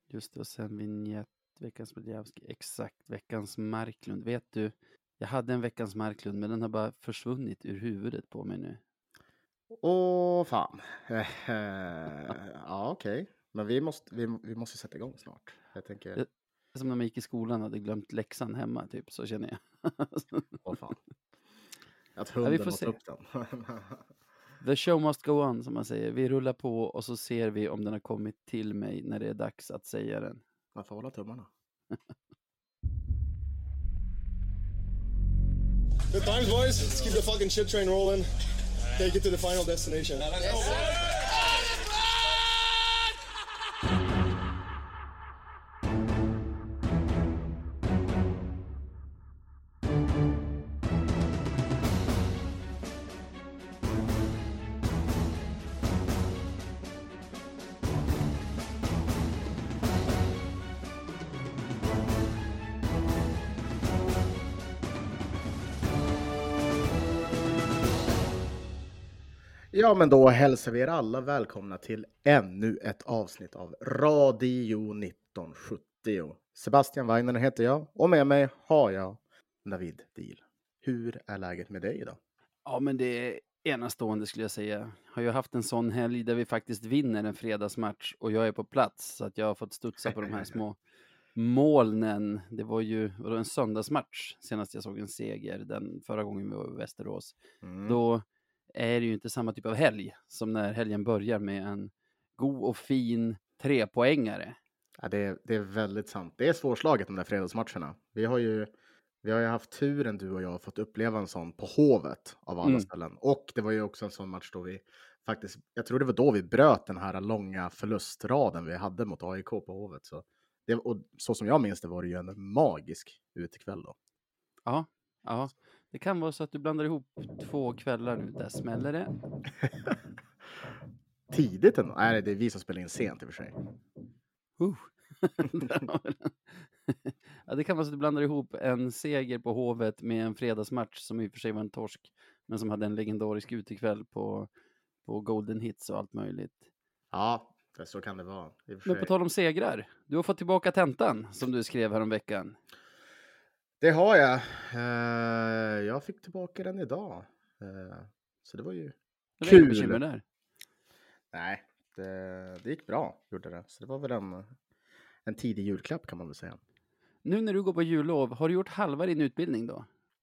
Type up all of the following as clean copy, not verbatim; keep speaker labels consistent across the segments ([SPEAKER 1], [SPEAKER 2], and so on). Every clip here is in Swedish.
[SPEAKER 1] Just det, och sen vignett, veckans Medjavski, exakt, veckans Marklund. Vet du, jag hade en veckans Marklund, men den har bara försvunnit ur huvudet på mig nu.
[SPEAKER 2] Åh, fan. Ja, okej. Men vi måste sätta igång snart. Jag tänker,
[SPEAKER 1] Det är som när man gick i skolan och hade glömt läxan hemma, typ, så känner jag.
[SPEAKER 2] åh fan. Att
[SPEAKER 1] vi
[SPEAKER 2] hunden
[SPEAKER 1] får
[SPEAKER 2] åt
[SPEAKER 1] se.
[SPEAKER 2] upp den.
[SPEAKER 1] The show must go on, som man säger. Vi rullar på och så ser vi om den har kommit till mig när det är dags att säga den.
[SPEAKER 2] Man får hålla tummarna.
[SPEAKER 3] Good times, boys. Let's keep the fucking shit train rolling. Take it to the final destination.
[SPEAKER 2] Ja, men då hälsar vi er alla välkomna till ännu ett avsnitt av Radio 1970. Sebastian Weiner heter jag och med mig har jag David Deal. Hur är läget med dig idag?
[SPEAKER 1] Ja, men det är enastående skulle jag säga. Har ju haft en sån helg där vi faktiskt vinner en fredagsmatch och jag är på plats, så att jag har fått studsa på de här små molnen. Det var ju en söndagsmatch senast jag såg en seger, den förra gången vi var i Västerås. Då är det ju inte samma typ av helg som när helgen börjar med en god och fin 3-poängare.
[SPEAKER 2] Ja, det är väldigt sant. Det är svårslaget de där fredagsmatcherna. Vi har ju haft turen, du och jag, har fått uppleva en sån på Hovet av alla ställen. Och det var ju också en sån match då vi faktiskt, jag tror det var då vi bröt den här långa förlustraden vi hade mot AIK på Hovet. Och så som jag minns det var det ju en magisk utekväll då.
[SPEAKER 1] Ja, det kan vara så att du blandar ihop 2 kvällar nu. Där smäller det.
[SPEAKER 2] Tidigt ändå. Nej, det är vi som spelar in sent i och för sig.
[SPEAKER 1] Ja, det kan vara så att du blandar ihop en seger på Hovet med en fredagsmatch som i och för sig var en torsk, men som hade en legendarisk utekväll på Golden Hits och allt möjligt.
[SPEAKER 2] Ja, så kan det vara. I och för
[SPEAKER 1] Men på
[SPEAKER 2] sig.
[SPEAKER 1] tal om segrar, du har fått tillbaka tentan som du skrev här om veckan.
[SPEAKER 2] Det har jag. Jag fick tillbaka den idag. Så det var ju
[SPEAKER 1] Det
[SPEAKER 2] kul.
[SPEAKER 1] bekymmer där.
[SPEAKER 2] Nej, det gick bra, gjorde det. Så det var väl en tidig julklapp kan man väl säga.
[SPEAKER 1] Nu när du går på jullov, har du gjort halva din utbildning då?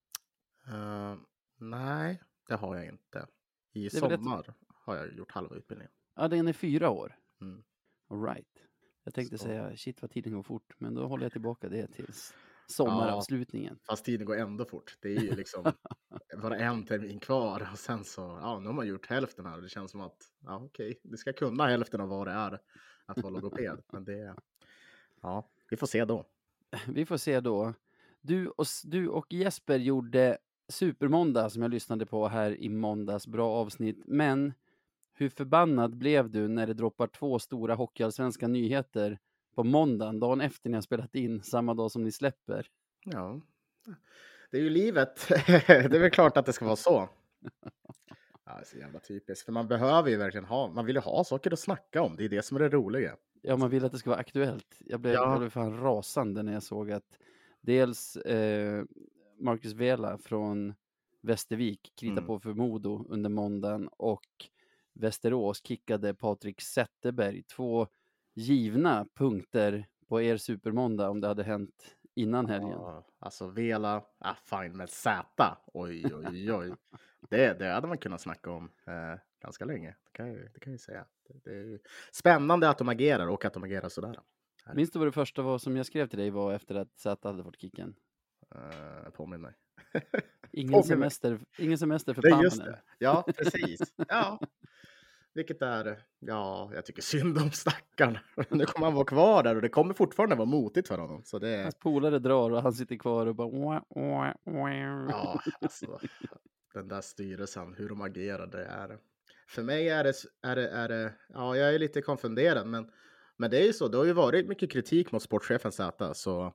[SPEAKER 2] Nej, det har jag inte. I
[SPEAKER 1] Det är väl
[SPEAKER 2] sommar har jag gjort halva utbildningen.
[SPEAKER 1] Ja, den är 4 år. All right. Jag tänkte
[SPEAKER 2] Så.
[SPEAKER 1] säga, shit vad tiden går fort, men då håller jag tillbaka det tills sommaravslutningen.
[SPEAKER 2] Fast tiden går ändå fort. Det är ju liksom bara en termin kvar och sen så, nu har man gjort hälften här och det känns som att, okej, du ska kunna hälften av vad det är att vara logoped. Men vi får se då.
[SPEAKER 1] Vi får se då. Du och Jesper gjorde Supermåndag som jag lyssnade på här i måndags. Bra avsnitt. Men hur förbannad blev du när det droppar 2 stora hockeyallsvenska nyheter på måndagen, dagen efter ni har spelat in, samma dag som ni släpper?
[SPEAKER 2] Ja, det är ju livet. Det är väl klart att det ska vara så. Ja, det är så jävla typiskt. För man behöver ju verkligen man vill ju ha saker att snacka om. Det är det som är det roliga.
[SPEAKER 1] Ja, man vill att det ska vara aktuellt. Jag blev fan rasande när jag såg att dels Marcus Vela från Västervik kritar på för Modo under måndagen och Västerås kickade Patrik Zetterberg. 2 givna punkter på er supermåndag om det hade hänt innan helgen.
[SPEAKER 2] Alltså Vela, fine med Z. Oj. Det hade man kunnat snacka om ganska länge. Det kan jag säga. Det är ju spännande att de agerar och att de agerar sådär.
[SPEAKER 1] Minns du vad det första var som jag skrev till dig var efter att Z hade fått kicken?
[SPEAKER 2] Påminn mig.
[SPEAKER 1] Ingen semester för
[SPEAKER 2] Det är
[SPEAKER 1] Pammen.
[SPEAKER 2] just det. Ja, precis. Ja. Vilket är, jag tycker synd om stackaren. Nu kommer han vara kvar där och det kommer fortfarande vara motigt för honom. Så det...
[SPEAKER 1] Hans polare drar och han sitter kvar och bara...
[SPEAKER 2] Ja, alltså den där styrelsen, hur de agerar, det är... För mig är det jag är lite konfunderad, men det är ju så, det har ju varit mycket kritik mot sportchefen Z, så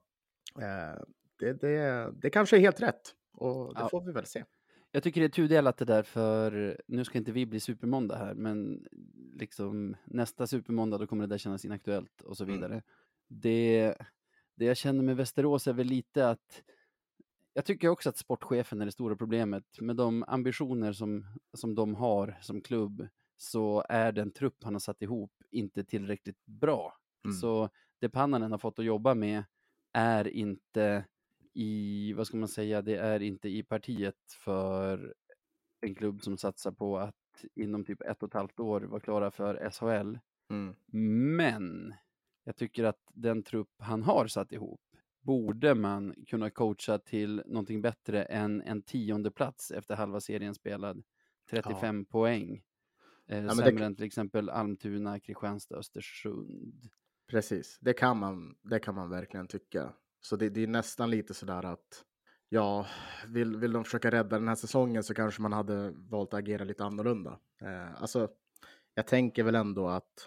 [SPEAKER 2] det kanske är helt rätt och det får vi väl se.
[SPEAKER 1] Jag tycker det är tudelat det där, för nu ska inte vi bli supermåndag här, men liksom nästa supermåndag då kommer det där kännas inaktuellt och så vidare. det jag känner med Västerås är väl lite att jag tycker också att sportchefen är det stora problemet. Med de ambitioner som de har som klubb så är den trupp han har satt ihop inte tillräckligt bra. Så det Pannanen har fått att jobba med är inte i, vad ska man säga, det är inte i partiet för en klubb som satsar på att inom typ 1,5 år vara klara för SHL. Men jag tycker att den trupp han har satt ihop borde man kunna coacha till någonting bättre än en 10:e plats efter halva serien spelad. 35 poäng. Sämre än till exempel Almtuna, Kristianstad, Östersund.
[SPEAKER 2] Precis, det kan man verkligen tycka. Så det är nästan lite sådär att ja, vill de försöka rädda den här säsongen så kanske man hade valt att agera lite annorlunda. Alltså, jag tänker väl ändå att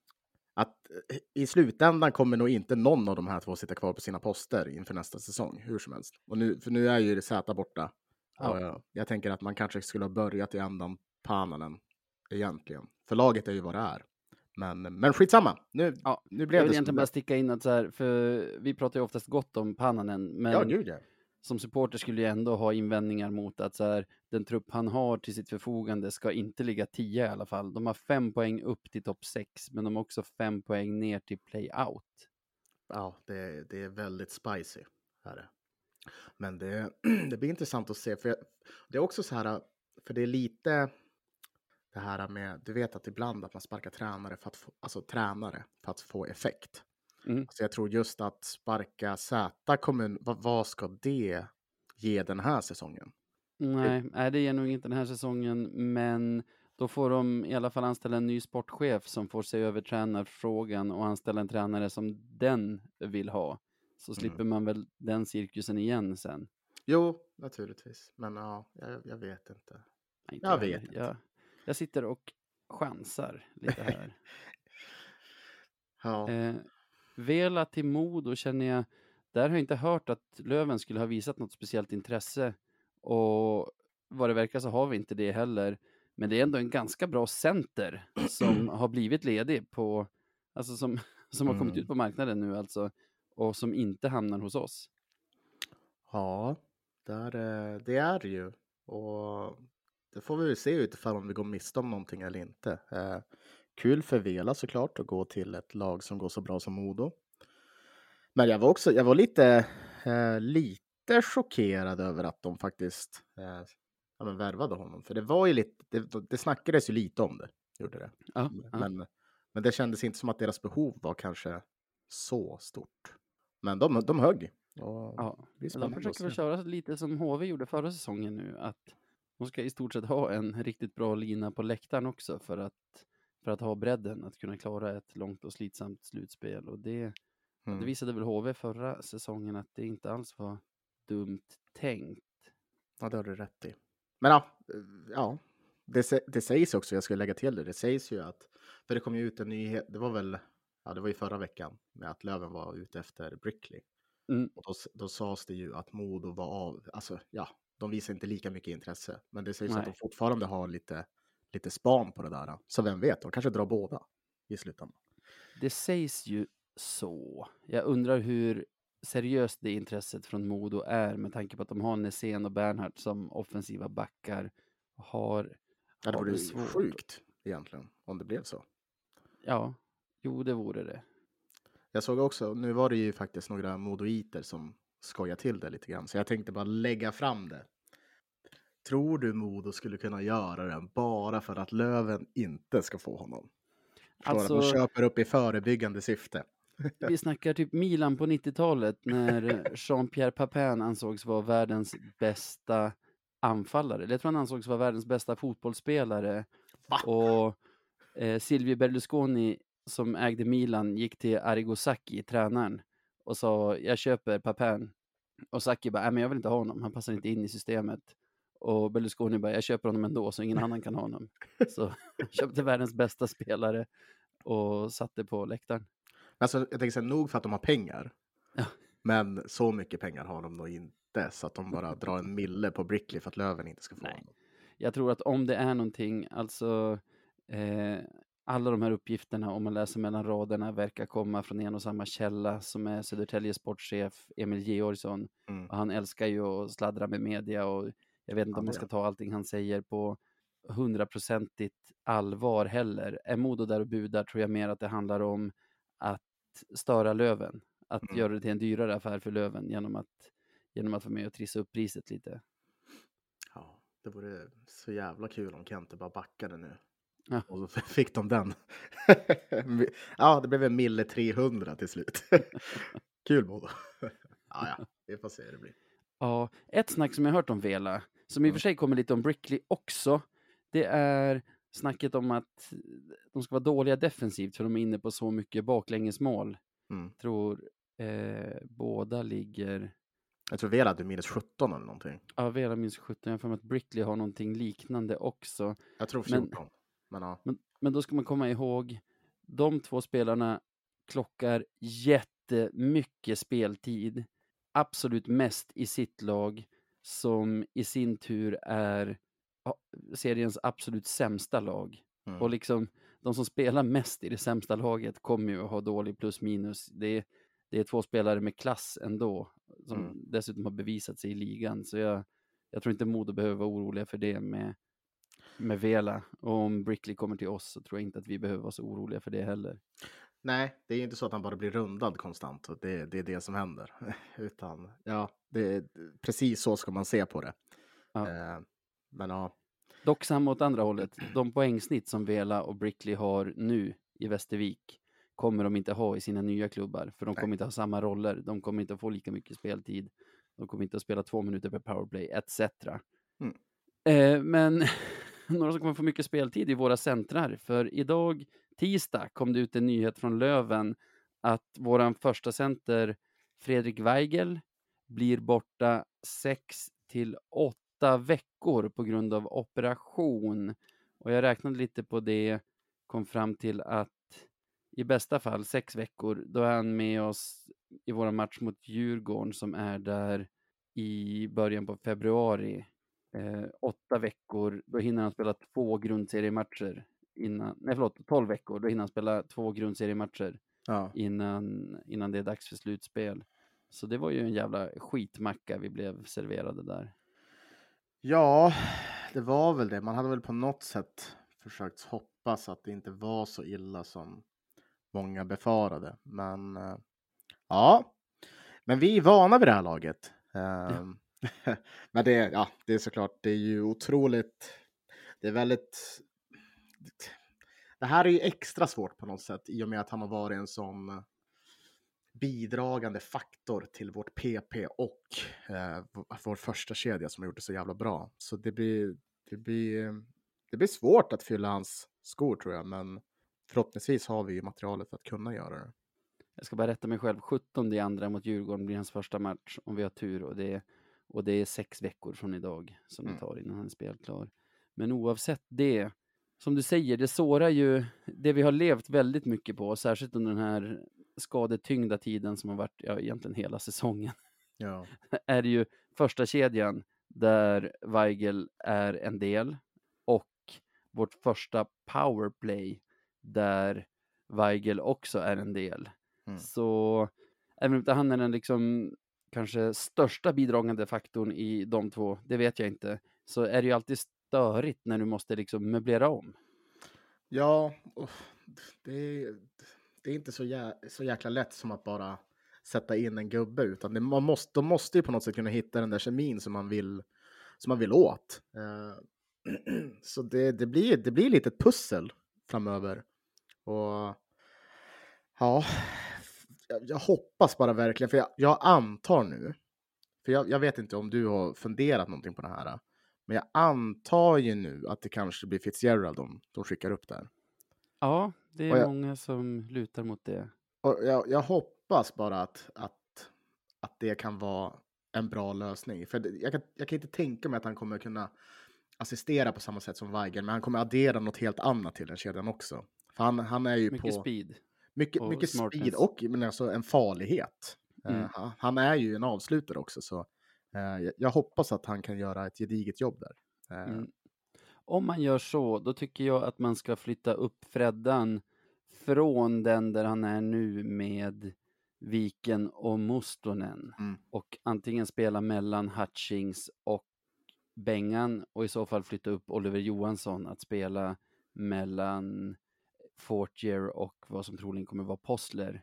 [SPEAKER 2] i slutändan kommer nog inte någon av de här två sitta kvar på sina poster inför nästa säsong, hur som helst. För nu är ju Z borta. Ja. Jag tänker att man kanske skulle ha börjat i ändan Pannanen egentligen. För laget är ju vad det är. Men skitsamma. Nu blev
[SPEAKER 1] jag
[SPEAKER 2] det
[SPEAKER 1] vill egentligen bara sticka in att så här, för vi pratar ju oftast gott om Pannanen, men som supporter skulle jag ändå ha invändningar mot att så här, den trupp han har till sitt förfogande ska inte ligga 10 i alla fall. De har 5 poäng upp till topp 6, men de har också 5 poäng ner till play-out.
[SPEAKER 2] Ja, det är väldigt spicy. Här. Men det blir intressant att se. För det är också så här, för det är lite det här med, du vet att ibland att man sparkar tränare för att få effekt. Så jag tror just att sparka Z kommun, vad ska det ge den här säsongen?
[SPEAKER 1] Nej, det ger nog inte den här säsongen, men då får de i alla fall anställa en ny sportchef som får se över tränarfrågan och anställa en tränare som den vill ha. Så slipper man väl den cirkusen igen sen.
[SPEAKER 2] Jo, naturligtvis. Men ja, jag vet inte. Jag vet inte.
[SPEAKER 1] Jag sitter och chansar lite här. Vela till Modo känner jag, där har jag inte hört att Löven skulle ha visat något speciellt intresse. Och vad det verkar så har vi inte det heller. Men det är ändå en ganska bra center som har blivit ledig på, alltså som har kommit ut på marknaden nu alltså. Och som inte hamnar hos oss.
[SPEAKER 2] Ja, det är det ju. Och det får vi se utifrån om vi går miste om någonting eller inte. Kul för Vela såklart att gå till ett lag som går så bra som Modo. Men jag var lite chockerad över att de faktiskt värvade honom. För det var ju lite, det snackades ju lite om det. Gjorde det. Men det kändes inte som att deras behov var kanske så stort. Men de högg.
[SPEAKER 1] De försöker köra lite som HV gjorde förra säsongen nu. Att de ska i stort sett ha en riktigt bra lina på läktaren också. För att ha bredden. Att kunna klara ett långt och slitsamt slutspel. Och det visade väl HV förra säsongen att det inte alls var dumt tänkt.
[SPEAKER 2] Ja, det har du rätt i. Men ja. Det sägs också, jag ska lägga till det. Det sägs ju att, för det kom ju ut en nyhet, det var ju förra veckan med att Löven var ute efter Brickley. Och då sades det ju att Modo var av, alltså ja, de visar inte lika mycket intresse. Men det sägs att de fortfarande har lite span på det där. Så vem vet, de kanske drar båda i slutändan.
[SPEAKER 1] Det sägs ju så. Jag undrar hur seriöst det intresset från Modo är med tanke på att de har Nässén och Bernhardt som offensiva backar.
[SPEAKER 2] Det vore sjukt egentligen om det blev så.
[SPEAKER 1] Ja, jo det vore det.
[SPEAKER 2] Jag såg också, nu var det ju faktiskt några modoiter som skojar till det lite grann. Så jag tänkte bara lägga fram det. Tror du Modo skulle kunna göra det bara för att Löven inte ska få honom? Alltså, att de köper upp i förebyggande syfte.
[SPEAKER 1] Vi snackar typ Milan på 90-talet när Jean-Pierre Papin ansågs vara världens bästa anfallare. Jag tror han ansågs vara världens bästa fotbollsspelare. Va? Och Silvio Berlusconi som ägde Milan gick till Arrigo Sacchi, tränaren, och sa jag köper Papin. Och Sacchi bara, men jag vill inte ha honom, han passar inte in i systemet. Och Berlusconi bara, jag köper honom ändå så ingen annan kan ha honom. Så köpte världens bästa spelare och satte på läktaren.
[SPEAKER 2] Alltså jag tänker så här, nog för att de har pengar. Ja. Men så mycket pengar har de nog inte så att de bara drar en mille på Brickley för att Löven inte ska få honom.
[SPEAKER 1] Jag tror att om det är någonting, alltså alla de här uppgifterna, om man läser mellan raderna, verkar komma från en och samma källa som är Södertälje sportchef Emil Georgsson. Och han älskar ju att sladdra med media, och jag vet inte om man ska ta allting han säger på 100% allvar heller. Är Modo där och budar, tror jag mer att det handlar om att störa Löven. Att göra det till en dyrare affär för Löven genom att få med och trissa upp priset lite.
[SPEAKER 2] Ja, det vore så jävla kul om Kente bara backade nu.
[SPEAKER 1] Ja.
[SPEAKER 2] Och så fick de den. Ja, det blev en mille 300 till slut. Kul Modo. Ja, vi får se hur det blir.
[SPEAKER 1] Ja, ett snack som jag hört om Vela, som i och för sig kommer lite om Brickley också, det är snacket om att de ska vara dåliga defensivt för de är inne på så mycket baklängesmål. Tror båda ligger...
[SPEAKER 2] Jag tror Vela hade minus 17 eller någonting.
[SPEAKER 1] Ja, Vela minus 17. Jag får med att Brickley har någonting liknande också.
[SPEAKER 2] Jag tror 14.
[SPEAKER 1] Men då ska man komma ihåg, de två spelarna klockar jättemycket speltid. Absolut mest i sitt lag, som i sin tur är seriens absolut sämsta lag. Och liksom de som spelar mest i det sämsta laget kommer ju att ha dålig plus minus. Det är två spelare med klass ändå, som dessutom har bevisat sig i ligan. Så jag tror inte Modo behöver vara oroliga för det med Vela. Och om Brickley kommer till oss så tror jag inte att vi behöver vara så oroliga för det heller.
[SPEAKER 2] Nej, det är inte så att han bara blir rundad konstant. Och det är det som händer. Utan det är precis så ska man se på det.
[SPEAKER 1] Ja.
[SPEAKER 2] Men ja.
[SPEAKER 1] Dock samma åt andra hållet. De poängsnitt som Vela och Brickley har nu i Västervik kommer de inte ha i sina nya klubbar. För de kommer inte ha samma roller. De kommer inte få lika mycket speltid. De kommer inte att spela 2 minuter per powerplay, etc. Men några som kommer få mycket speltid i våra centrar. För idag, tisdag, kom det ut en nyhet från Löven att våran första center Fredrik Weigel blir borta 6 till 8 veckor på grund av operation. Och jag räknade lite på det, kom fram till att i bästa fall 6 veckor, då är han med oss i vår match mot Djurgården som är där i början på februari. 8 veckor, då hinner han spela 2 grundseriematcher innan, 12 veckor, då hinner han spela 2 grundseriematcher innan det är dags för slutspel. Så det var ju en jävla skitmacka vi blev serverade där.
[SPEAKER 2] Ja, det var väl det. Man hade väl på något sätt försökt hoppas att det inte var så illa som många befarade. Men men vi är vana vid det här laget. Men det är såklart, det är ju otroligt, det är väldigt, det här är ju extra svårt på något sätt i och med att han har varit en sån bidragande faktor till vårt PP och vår första kedja som har gjort det så jävla bra. Så det blir svårt att fylla hans skor tror jag, men förhoppningsvis har vi ju materialet för att kunna göra det.
[SPEAKER 1] Jag ska bara rätta mig själv, 17/2 mot Djurgården blir hans första match om vi har tur, och det är 6 veckor från idag som det tar innan han är spelklar. Men oavsett det, som du säger, det sårar ju det vi har levt väldigt mycket på, särskilt under den här skadetyngda tiden som har varit egentligen hela säsongen.
[SPEAKER 2] Ja.
[SPEAKER 1] Är det ju första kedjan där Weigel är en del, och vårt första powerplay där Weigel också är en del. Så även om han är den liksom kanske största bidragande faktorn i de två, det vet jag inte, så är det ju alltid störigt när du måste liksom möblera om.
[SPEAKER 2] Ja, det är inte så jäkla lätt som att bara sätta in en gubbe, utan de måste ju på något sätt kunna hitta den där kemin som man vill åt. Så det blir lite ett pussel framöver. Och ja, jag hoppas bara verkligen, för jag antar nu, för jag vet inte om du har funderat någonting på det här, men jag antar ju nu att det kanske blir Fitzgerald de skickar upp där.
[SPEAKER 1] Ja, det är många som lutar mot det.
[SPEAKER 2] Och jag hoppas bara att det kan vara en bra lösning. För jag kan inte tänka mig att han kommer kunna assistera på samma sätt som Weigel, men han kommer addera något helt annat till den kedjan också. För han är ju
[SPEAKER 1] mycket speed.
[SPEAKER 2] Mycket speed och men alltså en farlighet. Han är ju en avslutare också, så jag hoppas att han kan göra ett gediget jobb där.
[SPEAKER 1] Om man gör så, då tycker jag att man ska flytta upp Freddan från den där han är nu med Viken och Mustonen. Och antingen spela mellan Hutchings och Bengan och i så fall flytta upp Oliver Johansson att spela mellan Fortier och vad som troligen kommer vara Postler.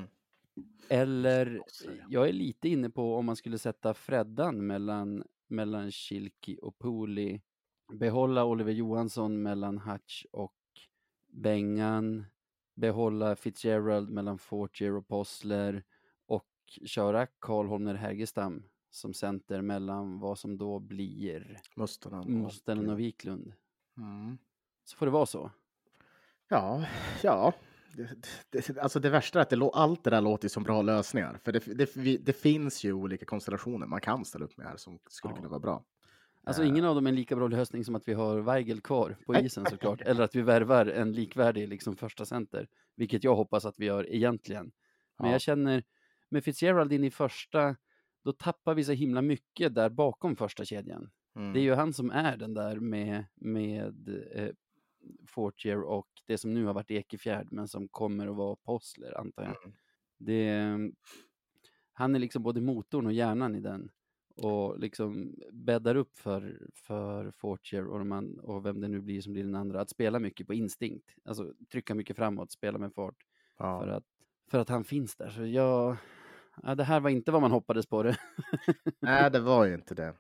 [SPEAKER 1] Eller jag är lite inne på om man skulle sätta Freddan mellan Schilke och Pooley, behålla Oliver Johansson mellan Hutch och Bengan, behålla Fitzgerald mellan Fortier och Postler och köra Karl Holmner Hägersten som center mellan vad som då blir Mustonen och Wiklund. Så får det vara så.
[SPEAKER 2] Ja. Alltså det värsta är att allt det där låter som bra lösningar. För det finns ju olika konstellationer man kan ställa upp med här som skulle kunna vara bra.
[SPEAKER 1] Alltså ingen av dem är en lika bra lösning som att vi har Weigel kvar på isen såklart. Eller att vi värvar en likvärdig liksom första center. Vilket jag hoppas att vi gör egentligen. Men jag känner med Fitzgerald in i första, då tappar vi så himla mycket där bakom första kedjan. Det är ju han som är den där med Fortier och det som nu har varit Ekefjärd men som kommer att vara Postler antar jag. Han är liksom både motorn och hjärnan i den och liksom bäddar upp för Fortier och vem det nu blir som blir den andra att spela mycket på instinkt, alltså trycka mycket framåt, spela med fart för att han finns där. Så ja, det här var inte vad man hoppades på det.
[SPEAKER 2] Nej, det var ju inte det.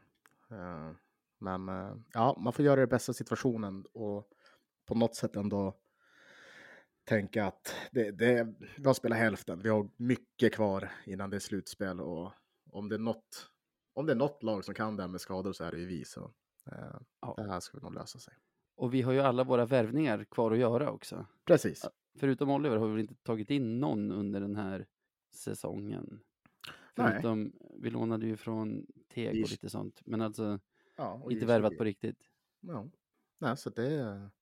[SPEAKER 2] Men man får göra det bästa situationen och på något sätt ändå tänka att vi har spelat hälften. Vi har mycket kvar innan det är slutspel och om det är något lag som kan det med skador så är det ju vi. Så det här ska vi nog lösa sig.
[SPEAKER 1] Och vi har ju alla våra värvningar kvar att göra också.
[SPEAKER 2] Precis.
[SPEAKER 1] Förutom Oliver har vi inte tagit in någon under den här säsongen. Förutom, vi lånade ju från Teg och lite sånt. Men alltså inte värvat på riktigt.
[SPEAKER 2] Ja, nej, så det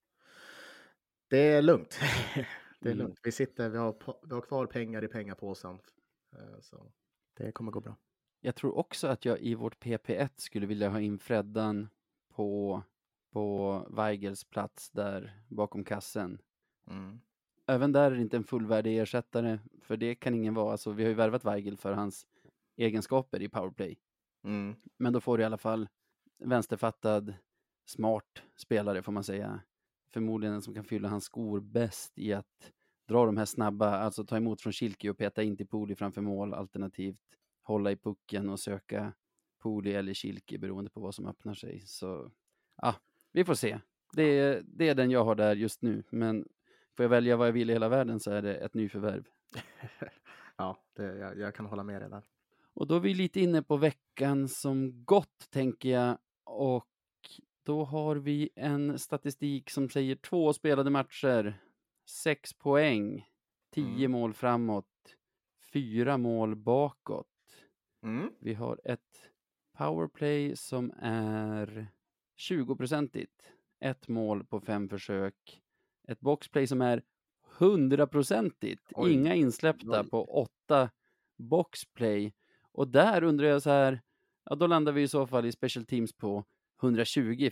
[SPEAKER 2] är lugnt. Det är lugnt. Vi har kvar pengar i pengapåsen. Så det kommer gå bra.
[SPEAKER 1] Jag tror också att jag i vårt PP1 skulle vilja ha in Freddan på Weigels plats där bakom kassen. Även där är det inte en fullvärdig ersättare, för det kan ingen vara. Alltså, vi har ju värvat Weigel för hans egenskaper i powerplay. Men då får du i alla fall vänsterfattad, smart spelare får man säga. Förmodligen som kan fylla hans skor bäst i att dra de här snabba, alltså ta emot från Schilke och peta in till Pooley framför mål, alternativt hålla i pucken och söka Pooley eller Schilke beroende på vad som öppnar sig. Så vi får se. Det är den jag har där just nu, men får jag välja vad jag vill i hela världen så är det ett nyförvärv.
[SPEAKER 2] Ja, jag kan hålla med dig där.
[SPEAKER 1] Och då är vi lite inne på veckan som gått, tänker jag. Och då har vi en statistik som säger 2 spelade matcher, 6 poäng, 10 mål framåt, 4 mål bakåt. Vi har ett powerplay som är 20-procentigt. 1 mål på 5 försök. Ett boxplay som är 100-procentigt. Inga insläppta på 8 boxplay. Och där undrar jag så här, då landar vi i så fall i special teams på 120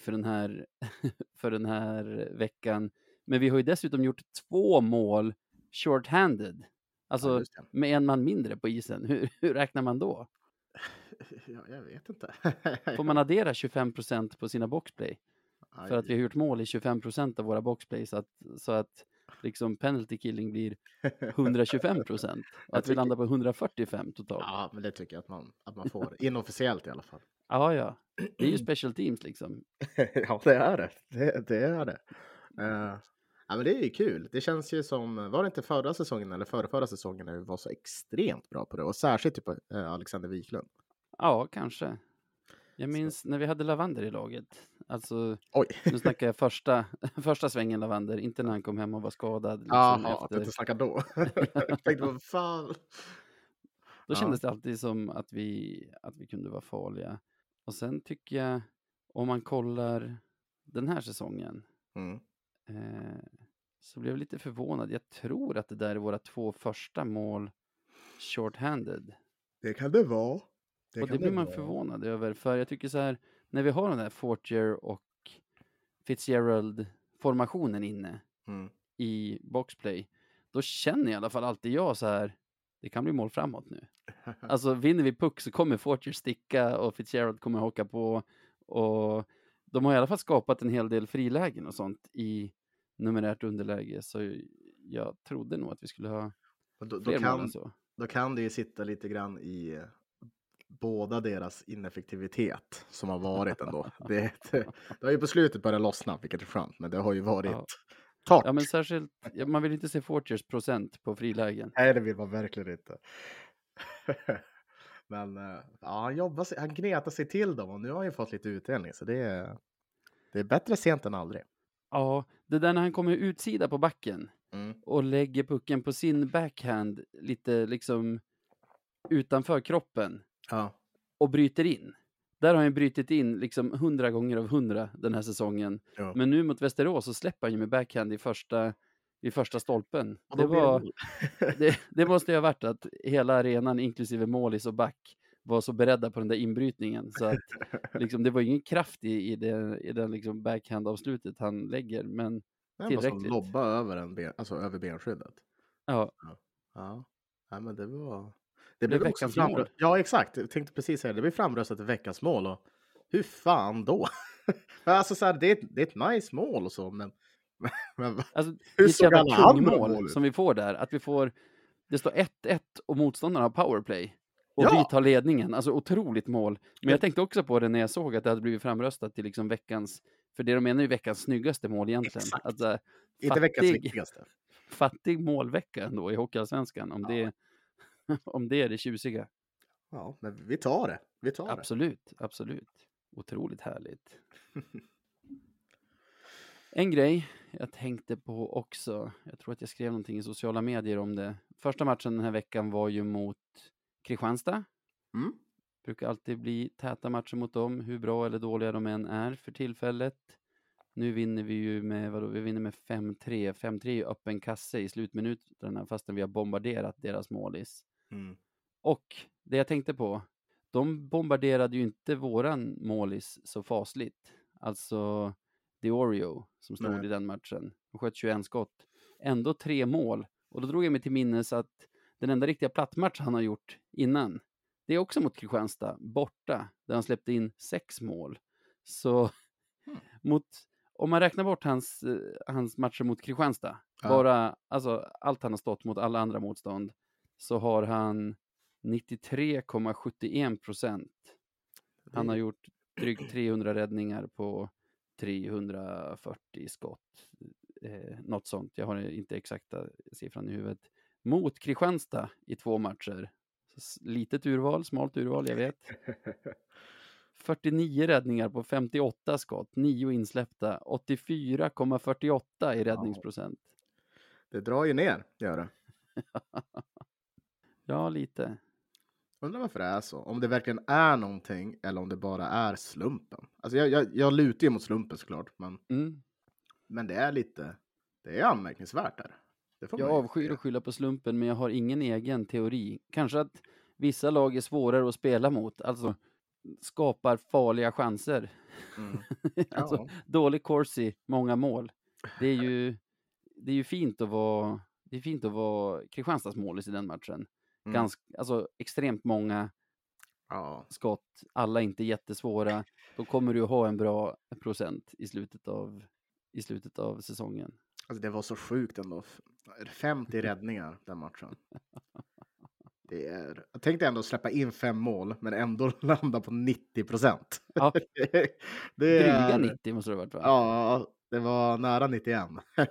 [SPEAKER 1] för den här veckan. Men vi har ju dessutom gjort 2 mål short-handed. Alltså med en man mindre på isen. Hur räknar man då?
[SPEAKER 2] Ja, jag vet inte.
[SPEAKER 1] Får man addera 25% på sina boxplay? För att vi har gjort mål i 25% av våra boxplay så att liksom penalty killing blir 125%. Att vi landar på 145 totalt.
[SPEAKER 2] Ja, men det tycker jag att man får. Inofficiellt i alla fall.
[SPEAKER 1] Ja. Det är ju special teams liksom.
[SPEAKER 2] Ja, det är det. Det är det. Ja, men det är ju kul. Det känns ju som, var det inte förra säsongen eller förra säsongen när vi var så extremt bra på det? Och särskilt typ Alexander Wiklund.
[SPEAKER 1] Ja, kanske. Jag minns när vi hade Lavander i laget. Alltså,
[SPEAKER 2] Oj.
[SPEAKER 1] Nu snackar jag första svängen Lavander, inte när han kom hem och var skadad. Liksom,
[SPEAKER 2] Jaha, att du inte snackar då. Jag tänkte, vad fan.
[SPEAKER 1] Då kändes det alltid som att vi kunde vara farliga. Och sen tycker jag, om man kollar den här säsongen, så blev jag lite förvånad. Jag tror att det där är våra 2 första mål short-handed.
[SPEAKER 2] Det kan det vara.
[SPEAKER 1] Och det blir man förvånad över. För jag tycker så här, när vi har den där Fortier och Fitzgerald-formationen inne i boxplay, då känner i alla fall alltid jag så här, det kan bli mål framåt nu. Alltså vinner vi puck så kommer Fortier sticka och Fitzgerald kommer hocka på, och de har i alla fall skapat en hel del frilägen och sånt i numerärt underläge, så jag trodde nog att vi skulle ha fler mål än så.
[SPEAKER 2] Då kan det ju sitta lite grann i båda deras ineffektivitet som har varit ändå. Det har ju på slutet börjat lossna, vilket är skönt, men det har ju varit torrt.
[SPEAKER 1] Ja, men särskilt, man vill inte se Fortiers procent på frilägen.
[SPEAKER 2] Nej, det vill man verkligen inte. Men ja, han gnetar sig till dem, och nu har han ju fått lite utdelning, så det är bättre sent än aldrig.
[SPEAKER 1] Ja, det där när han kommer utsida på backen och lägger pucken på sin backhand lite liksom utanför kroppen och bryter in. Där har han brutit in liksom 100 gånger av 100 den här säsongen. Ja. Men nu mot Västerås så släpper han ju med backhand i första stolpen. Det måste ju ha varit att hela arenan, inklusive målis och back, var så beredda på den där inbrytningen. Så att liksom, det var ingen kraft i den liksom backhand-avslutet han lägger, men tillräckligt.
[SPEAKER 2] Man lobba över över benskyddet.
[SPEAKER 1] Ja.
[SPEAKER 2] Men det
[SPEAKER 1] blev veckans mål.
[SPEAKER 2] Ja, exakt. Jag tänkte precis säga det. blir framröstat till veckans mål, och hur fan då? Alltså så här, det är ett nice mål och så, men
[SPEAKER 1] alltså, det är ett jävla kungmål som vi får där. Att vi får, det står 1-1 och motståndarna har powerplay. Och vi tar ledningen. Alltså otroligt mål. Men jag tänkte också på det när jag såg att det hade blivit framröstat till liksom veckans, för det de menar är ju veckans snyggaste mål egentligen. Alltså,
[SPEAKER 2] inte veckans viktigaste.
[SPEAKER 1] Fattig målvecka ändå i Hockeyallsvenskan, om det är det tjusiga.
[SPEAKER 2] Ja, men vi tar det.
[SPEAKER 1] Absolut. Otroligt härligt. En grej jag tänkte på också, jag tror att jag skrev någonting i sociala medier om det. Första matchen den här veckan var ju mot Kristianstad. Brukar alltid bli täta matcher mot dem, hur bra eller dåliga de än är för tillfället. Nu vinner vi ju med, vi vinner med 5-3. 5-3 i öppen kasse i slutminuterna, fastän vi har bombarderat deras målis. Och det jag tänkte på, de bombarderade ju inte våran målis så fasligt. Alltså Diorio som stod i den matchen. De sköt 21 skott. Ändå 3 mål. Och då drog jag mig till minnes att den enda riktiga plattmatch han har gjort innan, det är också mot Kristianstad, borta, där han släppte in 6 mål. Så om man räknar bort hans matcher mot Kristianstad, bara, alltså allt han har stått mot alla andra motstånd, så har han 93,71%. Han har gjort drygt 300 räddningar på 340 skott. Något sånt. Jag har inte exakta siffran i huvudet. Mot Kristianstad i 2 matcher. Litet urval, smalt urval, jag vet. 49 räddningar på 58 skott. 9 insläppta. 84,48 i räddningsprocent.
[SPEAKER 2] Det drar ju ner, gör det.
[SPEAKER 1] Ja, lite.
[SPEAKER 2] Undrar varför det är så. Om det verkligen är någonting eller om det bara är slumpen. Alltså jag lutar ju mot slumpen såklart. Men det är lite, det är anmärkningsvärt där.
[SPEAKER 1] Jag avskyr att skylla på slumpen, men jag har ingen egen teori. Kanske att vissa lag är svårare att spela mot. Alltså skapar farliga chanser. Alltså, dålig Corsi, många mål. Det är ju fint att vara Kristianstads målis i den matchen. Alltså extremt många skott, alla inte jättesvåra. Då kommer du att ha en bra procent i slutet av säsongen.
[SPEAKER 2] Alltså det var så sjukt ändå. 50 räddningar den matchen. Jag tänkte ändå släppa in 5 mål, men ändå landa på 90%.
[SPEAKER 1] Ja. Dryga 90 måste det ha varit, va?
[SPEAKER 2] Ja, det var nära 91.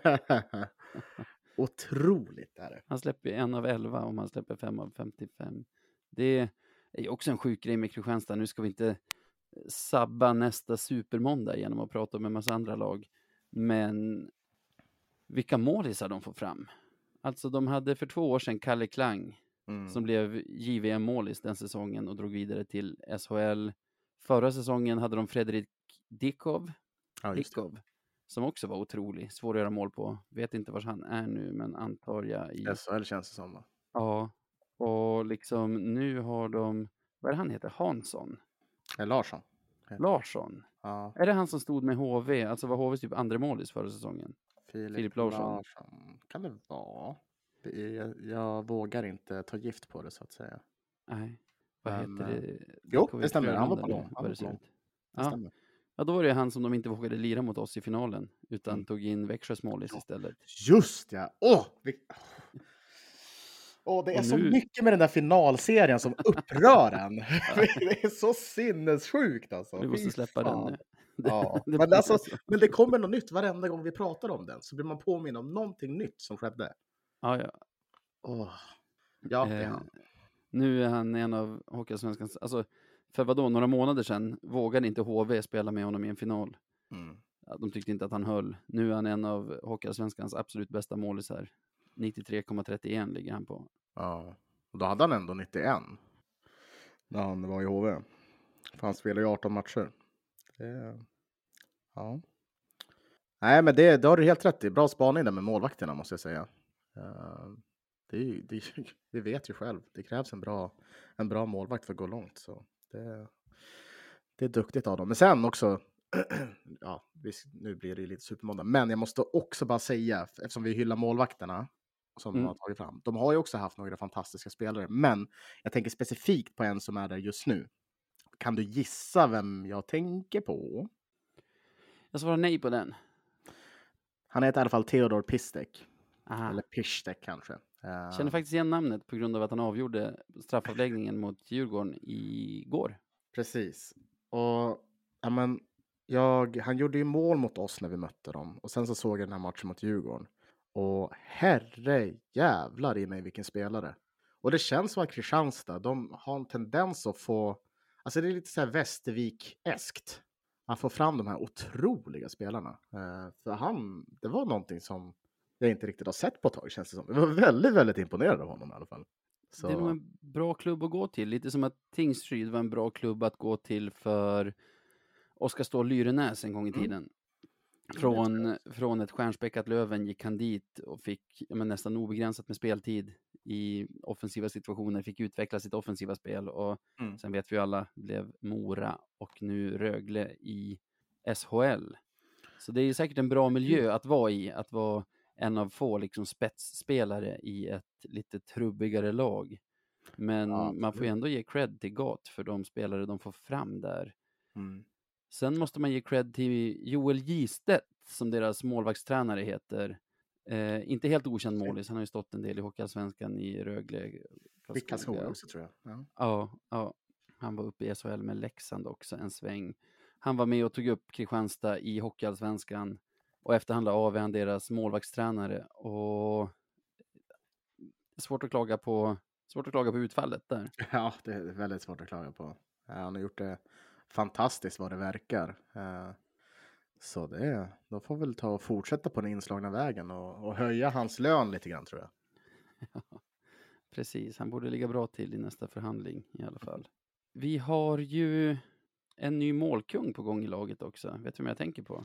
[SPEAKER 2] Otroligt är det.
[SPEAKER 1] Han släpper 1 av 11 om han släpper 5 av 55. Det är också en sjuk grej med Kristianstad. Nu ska vi inte sabba nästa supermåndag genom att prata om en massa andra lag. Men vilka målisar de får fram. Alltså de hade för 2 år sedan Kalle Klang som blev JVM-målis den säsongen och drog vidare till SHL. Förra säsongen hade de Fredrik Dickov. Som också var otrolig. Svår att göra mål på. Vet inte var han är nu, men antar jag i
[SPEAKER 2] SHL känns det som.
[SPEAKER 1] Ja. Och liksom nu har de, vad är det han heter? Hansson?
[SPEAKER 2] Larsson.
[SPEAKER 1] Larsson.
[SPEAKER 2] Ja.
[SPEAKER 1] Är det han som stod med HV? Alltså var HVs typ andra målis förra säsongen?
[SPEAKER 2] Filip Larsson. Kan det vara? Jag vågar inte ta gift på det så att säga.
[SPEAKER 1] Nej. Vad heter det?
[SPEAKER 2] Jo, det stämmer. Han var på lån.
[SPEAKER 1] Ja, då var det han som de inte vågade lira mot oss i finalen. Utan tog in Växjös målis istället.
[SPEAKER 2] Just ja! Det är så mycket med den där finalserien som upprör en. Det är så sinnessjukt alltså.
[SPEAKER 1] Vi måste släppa den nu.
[SPEAKER 2] Ja. Men det kommer något nytt varenda gång vi pratar om den. Så blir man påminn om någonting nytt som skedde.
[SPEAKER 1] Ja.
[SPEAKER 2] Ja, det är han.
[SPEAKER 1] Nu är han en av Hockeyallsvenskans... Alltså, för vadå, några månader sedan vågade inte HV spela med honom i en final. Ja, de tyckte inte att han höll. Nu är han en av Hockeyallsvenskans absolut bästa målisar. 93,31 ligger han på.
[SPEAKER 2] Ja, och då hade han ändå 91 när han var i HV. För han spelade ju 18 matcher. Ja. Nej, men det har du helt rätt i. Bra spaning där med målvakterna måste jag säga. Vi vet ju själv. Det krävs en bra målvakt för att gå långt. Så det är duktigt av dem. Men sen också, ja, nu blir det ju lite supermåndag. Men jag måste också bara säga, eftersom vi hyllar målvakterna som de har tagit fram. De har ju också haft några fantastiska spelare. Men jag tänker specifikt på en som är där just nu. Kan du gissa vem jag tänker på?
[SPEAKER 1] Jag svarar nej på den.
[SPEAKER 2] Han heter i alla fall Theodor Pistek.
[SPEAKER 1] Aha.
[SPEAKER 2] Eller Pistek kanske.
[SPEAKER 1] Känner faktiskt igen namnet på grund av att han avgjorde straffavläggningen mot Djurgården igår.
[SPEAKER 2] Precis. Och han gjorde ju mål mot oss när vi mötte dem. Och sen så såg jag den här matchen mot Djurgården. Och herre jävlar i mig vilken spelare. Och det känns som att Kristianstad, de har en tendens att få... Alltså det är lite så här Västervik-eskt. Att få fram de här otroliga spelarna. För det var någonting som jag inte riktigt har sett på ett tag, känns det som. Jag var väldigt, väldigt imponerad av honom i alla fall. Så...
[SPEAKER 1] Det är nog en bra klubb att gå till. Lite som att Tingsryd var en bra klubb att gå till för Oskar Ståhl Lyrenäs en gång i tiden. Från ett stjärnspäckat Löven gick han dit och fick nästan obegränsat med speltid i offensiva situationer, fick utveckla sitt offensiva spel och sen vet vi alla, blev Mora och nu Rögle i SHL. Så det är säkert en bra miljö att vara i, att vara en av få liksom spetsspelare i ett lite trubbigare lag. Men man får ju ändå ge cred till GAT för de spelare de får fram där. Sen måste man ge cred till Joel Gistedt som deras målvaktstränare heter. Inte helt okänd målis. Han har ju stått en del i Hockeyallsvenskan i Rögle.
[SPEAKER 2] Karlskoga också tror jag.
[SPEAKER 1] Ja. Han var uppe i SHL med Leksand också en sväng. Han var med och tog upp Kristianstad i Hockeyallsvenskan. Och efterhand av är han deras målvaktstränare. Och svårt att klaga på utfallet där.
[SPEAKER 2] Ja, det är väldigt svårt att klaga på. Han har gjort det fantastiskt vad det verkar. Så då får vi väl ta och fortsätta på den inslagna vägen och höja hans lön lite grann tror jag.
[SPEAKER 1] Ja, precis, han borde ligga bra till i nästa förhandling i alla fall. Vi har ju en ny målkung på gång i laget också. Vet du vem jag tänker på?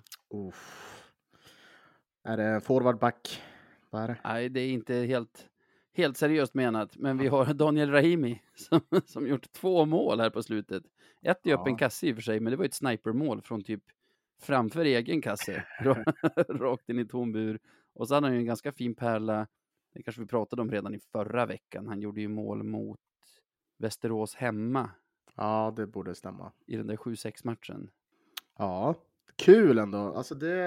[SPEAKER 2] Är det en forwardback? Vad är det?
[SPEAKER 1] Nej, det är inte helt seriöst menat. Men vi har Daniel Rahimi som gjort 2 mål här på slutet. Ett i öppen kasse i och för sig, men det var ett snipermål från typ framför egen kasse. Rakt in i tom bur. Och så hade han ju en ganska fin pärla. Det kanske vi pratade om redan i förra veckan. Han gjorde ju mål mot Västerås hemma.
[SPEAKER 2] Ja, det borde stämma.
[SPEAKER 1] I den där 7-6 matchen.
[SPEAKER 2] Ja, kul ändå. Alltså det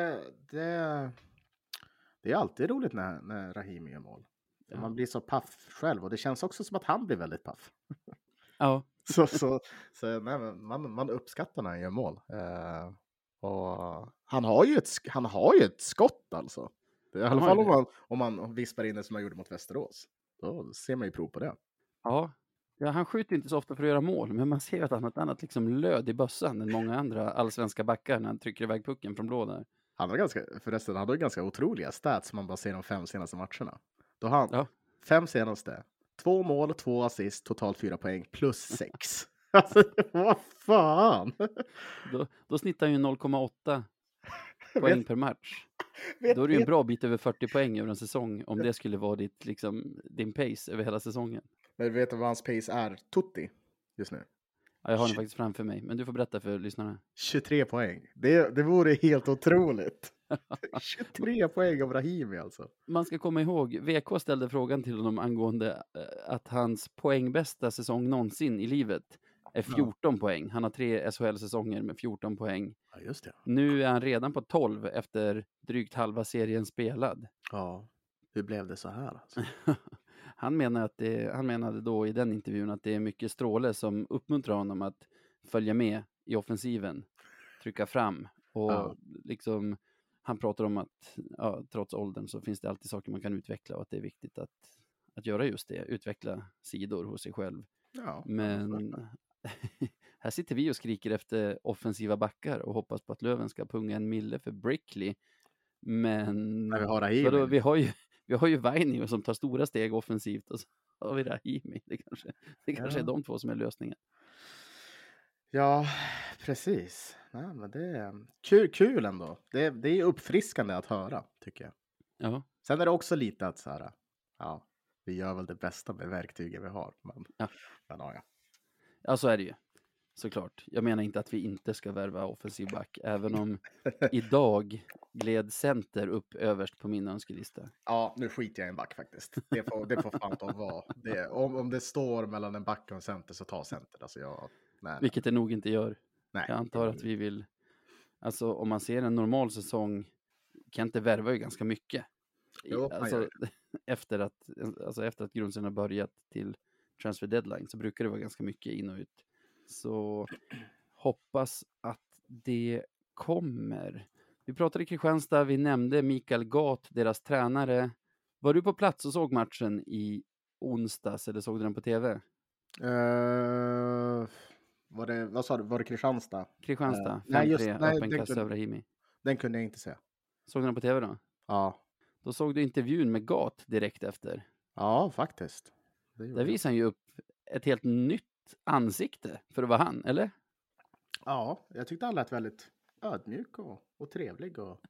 [SPEAKER 2] är alltid roligt när Rahimi gör mål. Ja. Man blir så paff själv och det känns också som att han blir väldigt paff.
[SPEAKER 1] Ja.
[SPEAKER 2] Så nej, man uppskattar när han gör mål. Och han har ju ett skott alltså. I alla fall om man vispar in det som man gjorde mot Västerås. Då ser man ju prov på det.
[SPEAKER 1] Ja, han skjuter inte så ofta för att göra mål. Men man ser att han har ett annat liksom löd i bössan än många andra allsvenska backar när han trycker iväg pucken från blå där.
[SPEAKER 2] Han har ganska otroliga stats som man bara ser de 5 senaste matcherna. Då har han 5 senaste. 2 mål, 2 assist, totalt 4 poäng plus 6. Alltså, vad fan?
[SPEAKER 1] Då snittar han ju 0,8 poäng per match. Då är det ju en bra bit över 40 poäng över en säsong. Om det skulle vara din pace över hela säsongen.
[SPEAKER 2] Men vet du vad hans pace är? Tutti just nu.
[SPEAKER 1] Ja, jag har den faktiskt framför mig, men du får berätta för lyssnarna.
[SPEAKER 2] 23 poäng. Det vore helt otroligt. 23 poäng av Rahimi alltså.
[SPEAKER 1] Man ska komma ihåg, VK ställde frågan till honom angående att hans poängbästa säsong någonsin i livet är 14 poäng. Han har 3 SHL-säsonger med 14 poäng.
[SPEAKER 2] Ja, just det.
[SPEAKER 1] Nu är han redan på 12 efter drygt halva serien spelad.
[SPEAKER 2] Ja, hur blev det så här alltså?
[SPEAKER 1] Han menade då i den intervjun att det är mycket Stråle som uppmuntrar honom att följa med i offensiven, trycka fram och liksom han pratar om att trots åldern så finns det alltid saker man kan utveckla och att det är viktigt att göra just det, utveckla sidor hos sig själv.
[SPEAKER 2] Ja,
[SPEAKER 1] men här sitter vi och skriker efter offensiva backar och hoppas på att Löven ska punga en mille för Brickley. Men
[SPEAKER 2] vi har Rahimi.
[SPEAKER 1] Vi har ju Vainio som tar stora steg offensivt och så har vi Rahimi. Det kanske är de två som är lösningen.
[SPEAKER 2] Ja, precis. Ja, men det är kul ändå. Det är uppfriskande att höra, tycker jag.
[SPEAKER 1] Ja.
[SPEAKER 2] Sen är det också lite att så här, vi gör väl det bästa med verktygen vi har. Men,
[SPEAKER 1] ja, så är det ju. Såklart. Jag menar inte att vi inte ska värva offensiv back, även om idag gled center upp överst på min önskelista.
[SPEAKER 2] Ja, nu skiter jag i en back faktiskt. Det får fan ta vara. Om det står mellan en back och en center så ta center. Alltså
[SPEAKER 1] vilket det nog inte gör.
[SPEAKER 2] Nej.
[SPEAKER 1] Jag antar att vi vill, alltså om man ser en normal säsong, Kente värvar ju ganska mycket.
[SPEAKER 2] Jo,
[SPEAKER 1] efter att grundserien har börjat till transfer deadline så brukar det vara ganska mycket in och ut. Så hoppas att det kommer. Vi pratade i Kristianstad, vi nämnde Mikael Gat, deras tränare. Var du på plats och såg matchen i onsdags eller såg du den på tv?
[SPEAKER 2] Vad sa du? Var det Kristianstad?
[SPEAKER 1] Kristianstad, 5-3, öppen kasse över Rahimi.
[SPEAKER 2] Den kunde jag inte se.
[SPEAKER 1] Såg du den på tv då?
[SPEAKER 2] Ja.
[SPEAKER 1] Då såg du intervjun med Gat direkt efter.
[SPEAKER 2] Ja, faktiskt.
[SPEAKER 1] Där visar han ju upp ett helt nytt ansikte för att vara han, eller?
[SPEAKER 2] Ja, jag tyckte han lät väldigt ödmjuk och trevlig och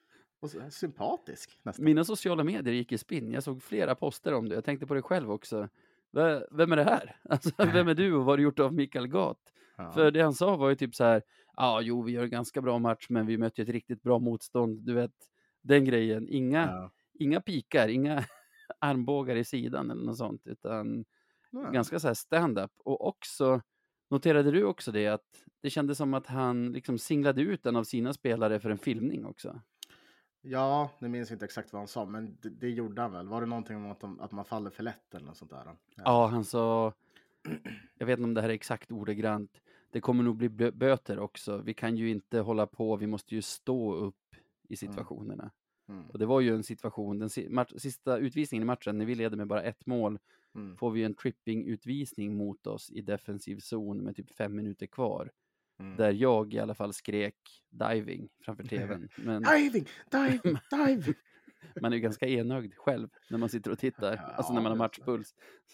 [SPEAKER 2] sympatisk nästan.
[SPEAKER 1] Mina sociala medier gick i spinn. Jag såg flera poster om det. Jag tänkte på det själv också. Vem är det här? Alltså, vem är du och vad har du gjort av Mikael Gat? Ja. För det han sa var ju typ så här, vi gör en ganska bra match men vi möter ett riktigt bra motstånd. Du vet, den grejen. Inga pikar, inga armbågar i sidan eller något sånt, utan ganska så här stand-up. Och också, noterade du också det att det kändes som att han liksom singlade ut en av sina spelare för en filmning också?
[SPEAKER 2] Ja, det minns inte exakt vad han sa, men det gjorde han väl. Var det någonting om att man faller för lätt eller något sånt där?
[SPEAKER 1] Ja, han sa, jag vet inte om det här är exakt ordagrant, det kommer nog bli böter också. Vi kan ju inte hålla på, vi måste ju stå upp i situationerna. Och det var ju en situation, den sista utvisningen i matchen, när vi leder med bara 1 mål, får vi en tripping-utvisning mot oss i defensiv zon med typ 5 minuter kvar. Där jag i alla fall skrek diving framför tvn. Men
[SPEAKER 2] Diving!
[SPEAKER 1] Man är ju ganska enögd själv när man sitter och tittar. Alltså när man har matchpuls.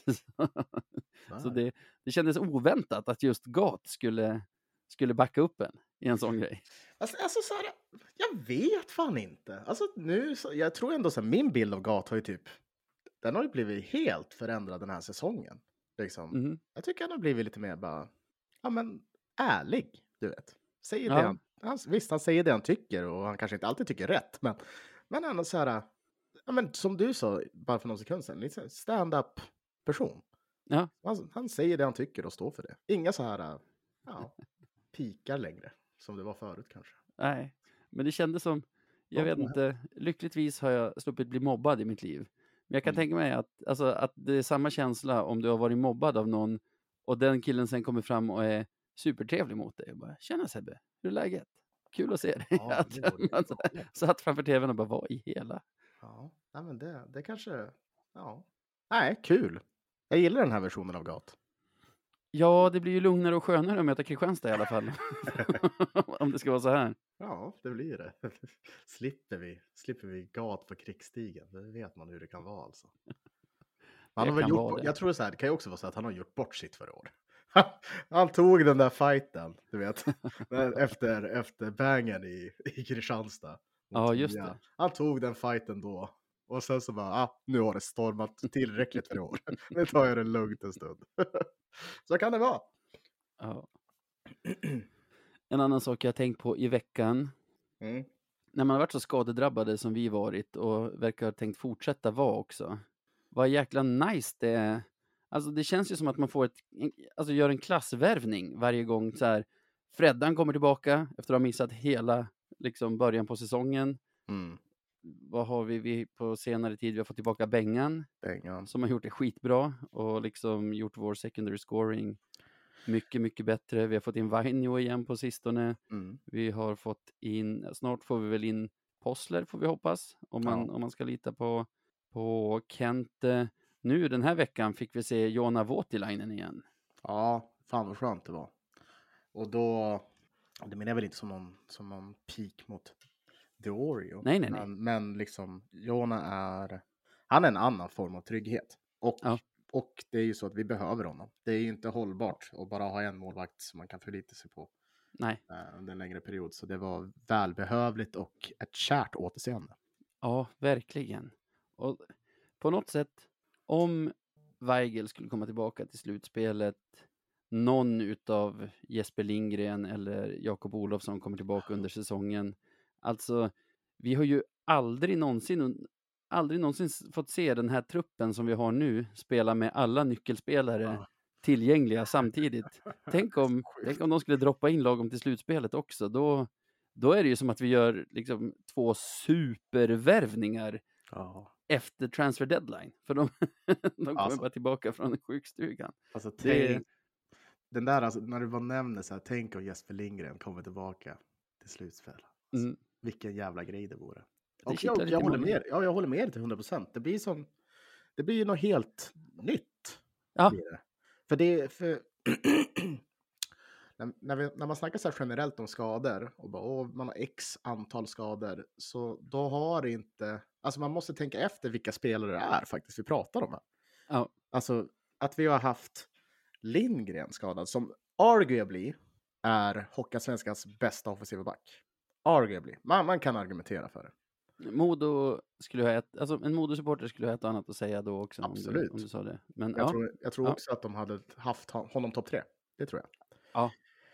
[SPEAKER 1] Så det kändes oväntat att just Gat skulle backa upp en i en sån grej.
[SPEAKER 2] Alltså så här, jag vet fan inte. Alltså jag tror ändå så här, min bild av Gat har ju typ, den har ju blivit helt förändrad den här säsongen. Liksom. Jag tycker han har blivit lite mer bara, ärlig, du vet. Säger det visst, han säger det han tycker och han kanske inte alltid tycker rätt, men ändå så här, som du sa bara för någon sekund sedan, lite stand-up person.
[SPEAKER 1] Ja.
[SPEAKER 2] Han säger det han tycker och står för det. Inga så här, pikar längre som det var förut kanske.
[SPEAKER 1] Nej, men det kändes som, jag vet inte, lyckligtvis har jag sluppit bli mobbad i mitt liv. Men jag kan tänka mig att det är samma känsla om du har varit mobbad av någon och den killen sen kommer fram och är supertrevlig mot dig. Och bara, tjena Sebbe, hur är läget? Kul att se dig.
[SPEAKER 2] Ja,
[SPEAKER 1] man satt framför tvn och bara, vad i hela?
[SPEAKER 2] Ja, men det kanske, nej, kul. Jag gillar den här versionen av Gat.
[SPEAKER 1] Ja, det blir ju lugnare och skönare att möta Kristianstad i alla fall. Om det ska vara så här.
[SPEAKER 2] Ja, det blir det. Slipper vi Gat på krigsstigen. Det vet man hur det kan vara alltså. Jag tror så här, det kan ju också vara så att han har gjort bort sitt för år. Han tog den där fighten, du vet, efter bangen i Kristianstad.
[SPEAKER 1] Ja, just det.
[SPEAKER 2] Han tog den fighten då. Och sen så bara, nu har det stormat tillräckligt för år. Nu tar jag det lugnt en stund. Så kan det vara.
[SPEAKER 1] Ja. En annan sak jag har tänkt på i veckan. När man har varit så skadedrabbade som vi varit och verkar ha tänkt fortsätta vara också. Vad jäkla nice det är. Alltså det känns ju som att man får gör en klassvärvning varje gång så här. Freddan kommer tillbaka efter att ha missat hela liksom början på säsongen. Vad har vi på senare tid? Vi har fått tillbaka Bengan. Som har gjort det skitbra och liksom gjort vår secondary scoring mycket, mycket bättre. Vi har fått in Vainio igen på sistone. Vi har fått in, snart får vi väl in Possler får vi hoppas. Om man ska lita på Kent. Nu den här veckan fick vi se Joona Voutilainen igen.
[SPEAKER 2] Ja, fan vad skönt det var. Och då, det menar jag väl inte som någon peak mot The Oreo.
[SPEAKER 1] Nej.
[SPEAKER 2] Men liksom, Joona han är en annan form av trygghet. Och det är ju så att vi behöver honom. Det är ju inte hållbart att bara ha en målvakt som man kan förlita sig på.
[SPEAKER 1] Nej.
[SPEAKER 2] Under en längre period. Så det var välbehövligt och ett kärt återseende.
[SPEAKER 1] Ja, verkligen. Och på något sätt, om Weigel skulle komma tillbaka till slutspelet, någon utav Jesper Lindgren eller Jakob Olofsson kommer tillbaka under säsongen. Alltså, vi har ju aldrig någonsin fått se den här truppen som vi har nu spela med alla nyckelspelare tillgängliga samtidigt. Tänk om de skulle droppa in lagom till slutspelet också. Då är det ju som att vi gör liksom 2 supervärvningar efter transfer deadline. För de kommer bara tillbaka från sjukstugan.
[SPEAKER 2] Alltså, den där, alltså, när du bara nämner så här, tänk om Jesper Lindgren kommer tillbaka till slutspel. Alltså, vilken jävla grej det vore. Och jag håller med till 100%. Det blir ju något helt nytt.
[SPEAKER 1] Ja.
[SPEAKER 2] För när man snackar så här generellt om skador och bara, man har x antal skador, så då har det inte, alltså man måste tänka efter vilka spelare det är faktiskt vi pratar om här.
[SPEAKER 1] Ja.
[SPEAKER 2] Alltså att vi har haft Lindgren skadad som arguably är Hockeyallsvenskans bästa offensiva back. Arguably. Man kan argumentera för det.
[SPEAKER 1] Modo skulle ha en Modo-supporter skulle ha ett annat att säga då också.
[SPEAKER 2] Absolut.
[SPEAKER 1] Om du sa det. Men,
[SPEAKER 2] jag tror också att de hade haft honom topp 3. Det tror jag.
[SPEAKER 1] Ja.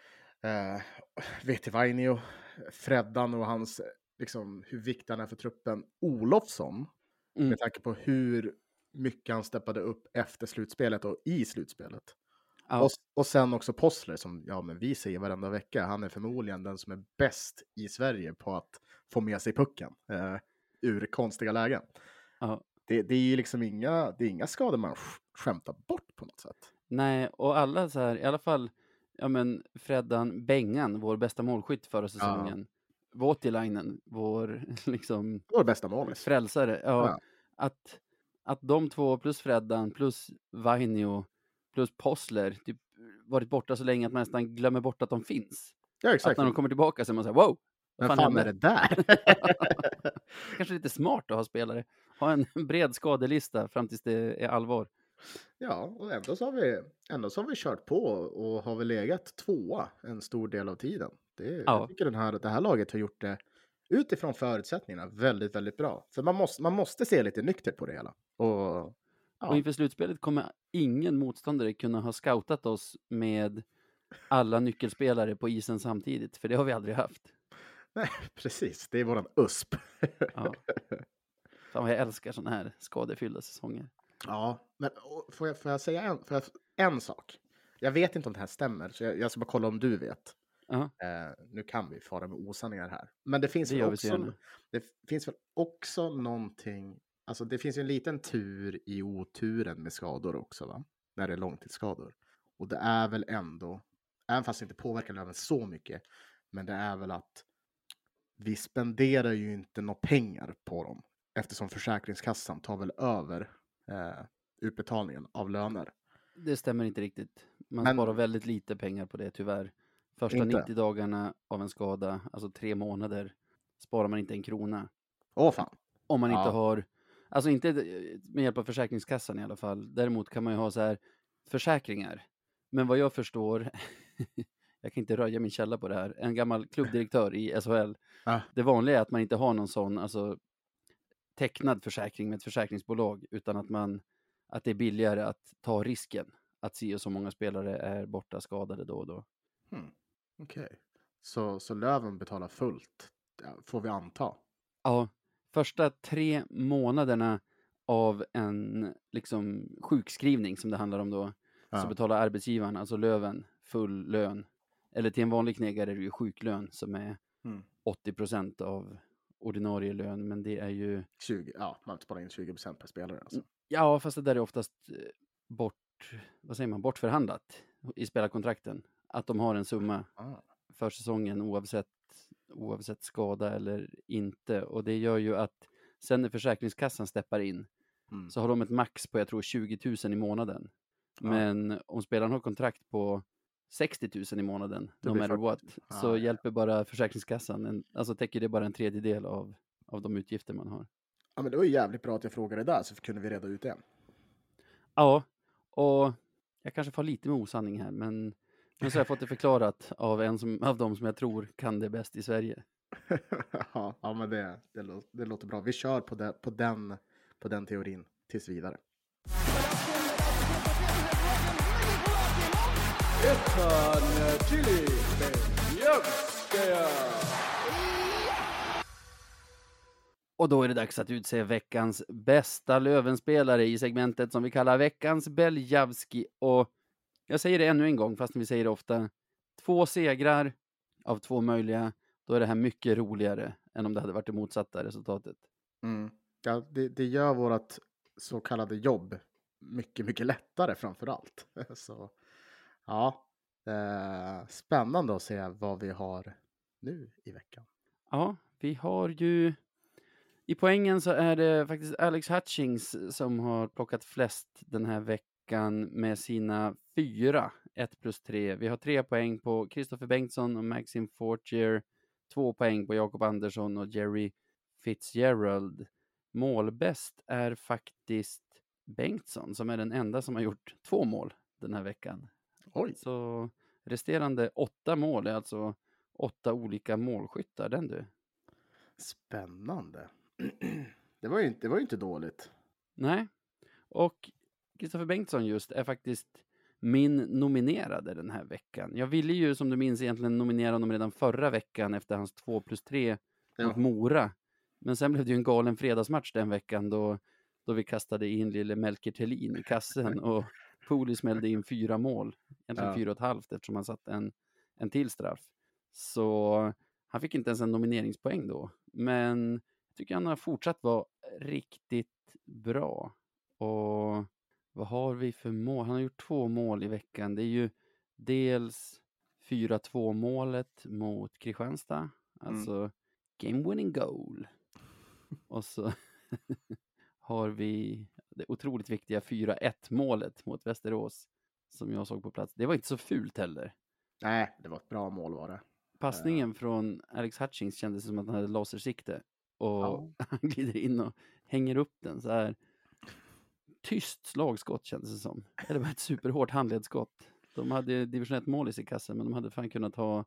[SPEAKER 2] VT Vainio, Freddan och hans, liksom, hur viktig han är för truppen. Olofsson, med tanke på hur mycket han steppade upp efter slutspelet och i slutspelet. Ja. Och sen också Possler som men vi säger varenda vecka. Han är förmodligen den som är bäst i Sverige på att få med sig pucken ur konstiga lägen.
[SPEAKER 1] Ja.
[SPEAKER 2] Det är ju liksom inga skador man skämtar bort på något sätt.
[SPEAKER 1] Nej, och alla så här, i alla fall Freddan Bengan, vår bästa målskytt förra säsongen. Voutilainen, vår
[SPEAKER 2] bästa målis.
[SPEAKER 1] Frälsare. Ja. Att de två plus Freddan plus Vainio plus Possler typ varit borta så länge att man nästan glömmer bort att de finns.
[SPEAKER 2] Ja, exakt.
[SPEAKER 1] Att när de kommer tillbaka så är man säger, wow!
[SPEAKER 2] Vad fan är det där?
[SPEAKER 1] Kanske lite smart att ha spelare. Ha en bred skadelista fram tills det är allvar.
[SPEAKER 2] Ja, och ändå så har vi kört på och har väl legat 2 en stor del av tiden. Jag tycker det här laget har gjort det utifrån förutsättningarna väldigt, väldigt bra. För man måste se lite nyktert på det hela. Och
[SPEAKER 1] inför slutspelet kommer ingen motståndare kunna ha scoutat oss med alla nyckelspelare på isen samtidigt. För det har vi aldrig haft.
[SPEAKER 2] Nej, precis. Det är våran USP.
[SPEAKER 1] Ja. Fan vad jag älskar sådana här skadefyllda säsonger.
[SPEAKER 2] Ja, men får jag säga en sak? Jag vet inte om det här stämmer, så jag ska bara kolla om du vet. Nu kan vi fara med osanningar här. Men det finns väl också någonting. Alltså det finns ju en liten tur i oturen med skador också, va? När det är långtidsskador. Och det är väl ändå, även fast det inte påverkar lönen så mycket, men det är väl att vi spenderar ju inte några pengar på dem. Eftersom Försäkringskassan tar väl över utbetalningen av löner.
[SPEAKER 1] Det stämmer inte riktigt. Man sparar väldigt lite pengar på det tyvärr. Första 90 dagarna av en skada, alltså 3 månader, sparar man inte en krona.
[SPEAKER 2] Fan.
[SPEAKER 1] Om man inte har, alltså inte med hjälp av Försäkringskassan i alla fall. Däremot kan man ju ha så här försäkringar. Men vad jag förstår, jag kan inte röja min källa på det här, en gammal klubbdirektör i SHL. Det vanliga är att man inte har någon sån, alltså tecknad försäkring med ett försäkringsbolag, utan att det är billigare att ta risken att se så många spelare är borta skadade då och då.
[SPEAKER 2] Okej. Så Löven betalar fullt, får vi anta?
[SPEAKER 1] Ja, första 3 månaderna av en liksom sjukskrivning som det handlar om då, så betalar arbetsgivaren, alltså Löven, full lön. Eller till en vanlig knegare är det ju sjuklön som är 80% av ordinarie lön, men det är ju
[SPEAKER 2] 20, man sparar in 20% per spelare alltså.
[SPEAKER 1] Ja, fast det där är oftast bortförhandlat i spelarkontrakten. Att de har en summa för säsongen oavsett skada eller inte. Och det gör ju att sen när Försäkringskassan steppar in så har de ett max på, jag tror, 20 000 i månaden. Men om spelaren har kontrakt på 60 000 i månaden, no matter what, så hjälper bara Försäkringskassan. Alltså täcker det bara en tredjedel av de utgifter man har.
[SPEAKER 2] Ja, men det var ju jävligt bra att jag frågade där, så kunde vi reda ut det.
[SPEAKER 1] Ja, och jag kanske får lite med osanning här, men så har jag fått det förklarat av av dem som jag tror kan det bäst i Sverige.
[SPEAKER 2] Ja, men det låter bra. Vi kör på den teorin tills vidare. Och då är det dags att utse veckans bästa Lövenspelare i segmentet som vi kallar veckans Beljavski. Och jag säger det ännu en gång, fast vi säger det ofta. 2 segrar av 2 möjliga. Då är det här mycket roligare än om det hade varit det motsatta resultatet. Ja, det gör vårt så kallade jobb mycket, mycket lättare framför allt. Så ja, spännande att se vad vi har nu i veckan.
[SPEAKER 1] Ja, vi har ju... I poängen så är det faktiskt Alex Hutchings som har plockat flest den här veckan med sina 4, 1+3. Vi har 3 poäng på Kristoffer Bengtsson och Maxim Fortier, 2 poäng på Jakob Andersson och Jerry Fitzgerald. Målbäst är faktiskt Bengtsson som är den enda som har gjort 2 mål den här veckan.
[SPEAKER 2] Oj.
[SPEAKER 1] Så resterande 8 mål är alltså 8 olika målskyttar, den du.
[SPEAKER 2] Spännande. Det var ju inte dåligt.
[SPEAKER 1] Nej, och Kristoffer Bengtsson just är faktiskt min nominerade den här veckan. Jag ville ju, som du minns, egentligen nominera honom redan förra veckan efter hans 2+3 mot Mora. Men sen blev det ju en galen fredagsmatch den veckan då vi kastade in lille Melker Thelin i kassen och Pooley smällde in 4 mål. Egentligen 4,5 eftersom han satt en till straff. Så han fick inte ens en nomineringspoäng då. Men jag tycker han har fortsatt vara riktigt bra. Och vad har vi för mål? Han har gjort 2 mål i veckan. Det är ju dels 4-2 målet mot Kristianstad. Alltså game winning goal. Och så har vi det otroligt viktiga 4-1 målet mot Västerås som jag såg på plats. Det var inte så fult heller.
[SPEAKER 2] Nej, det var ett bra mål var det.
[SPEAKER 1] Passningen från Alex Hutchings kändes som att han hade lasersikte. Och han glider in och hänger upp den så här. Tyst slagskott kändes det som. Det var ett superhårt handledsskott. De hade division 1 mål i sin kasse, men de hade fan kunnat ha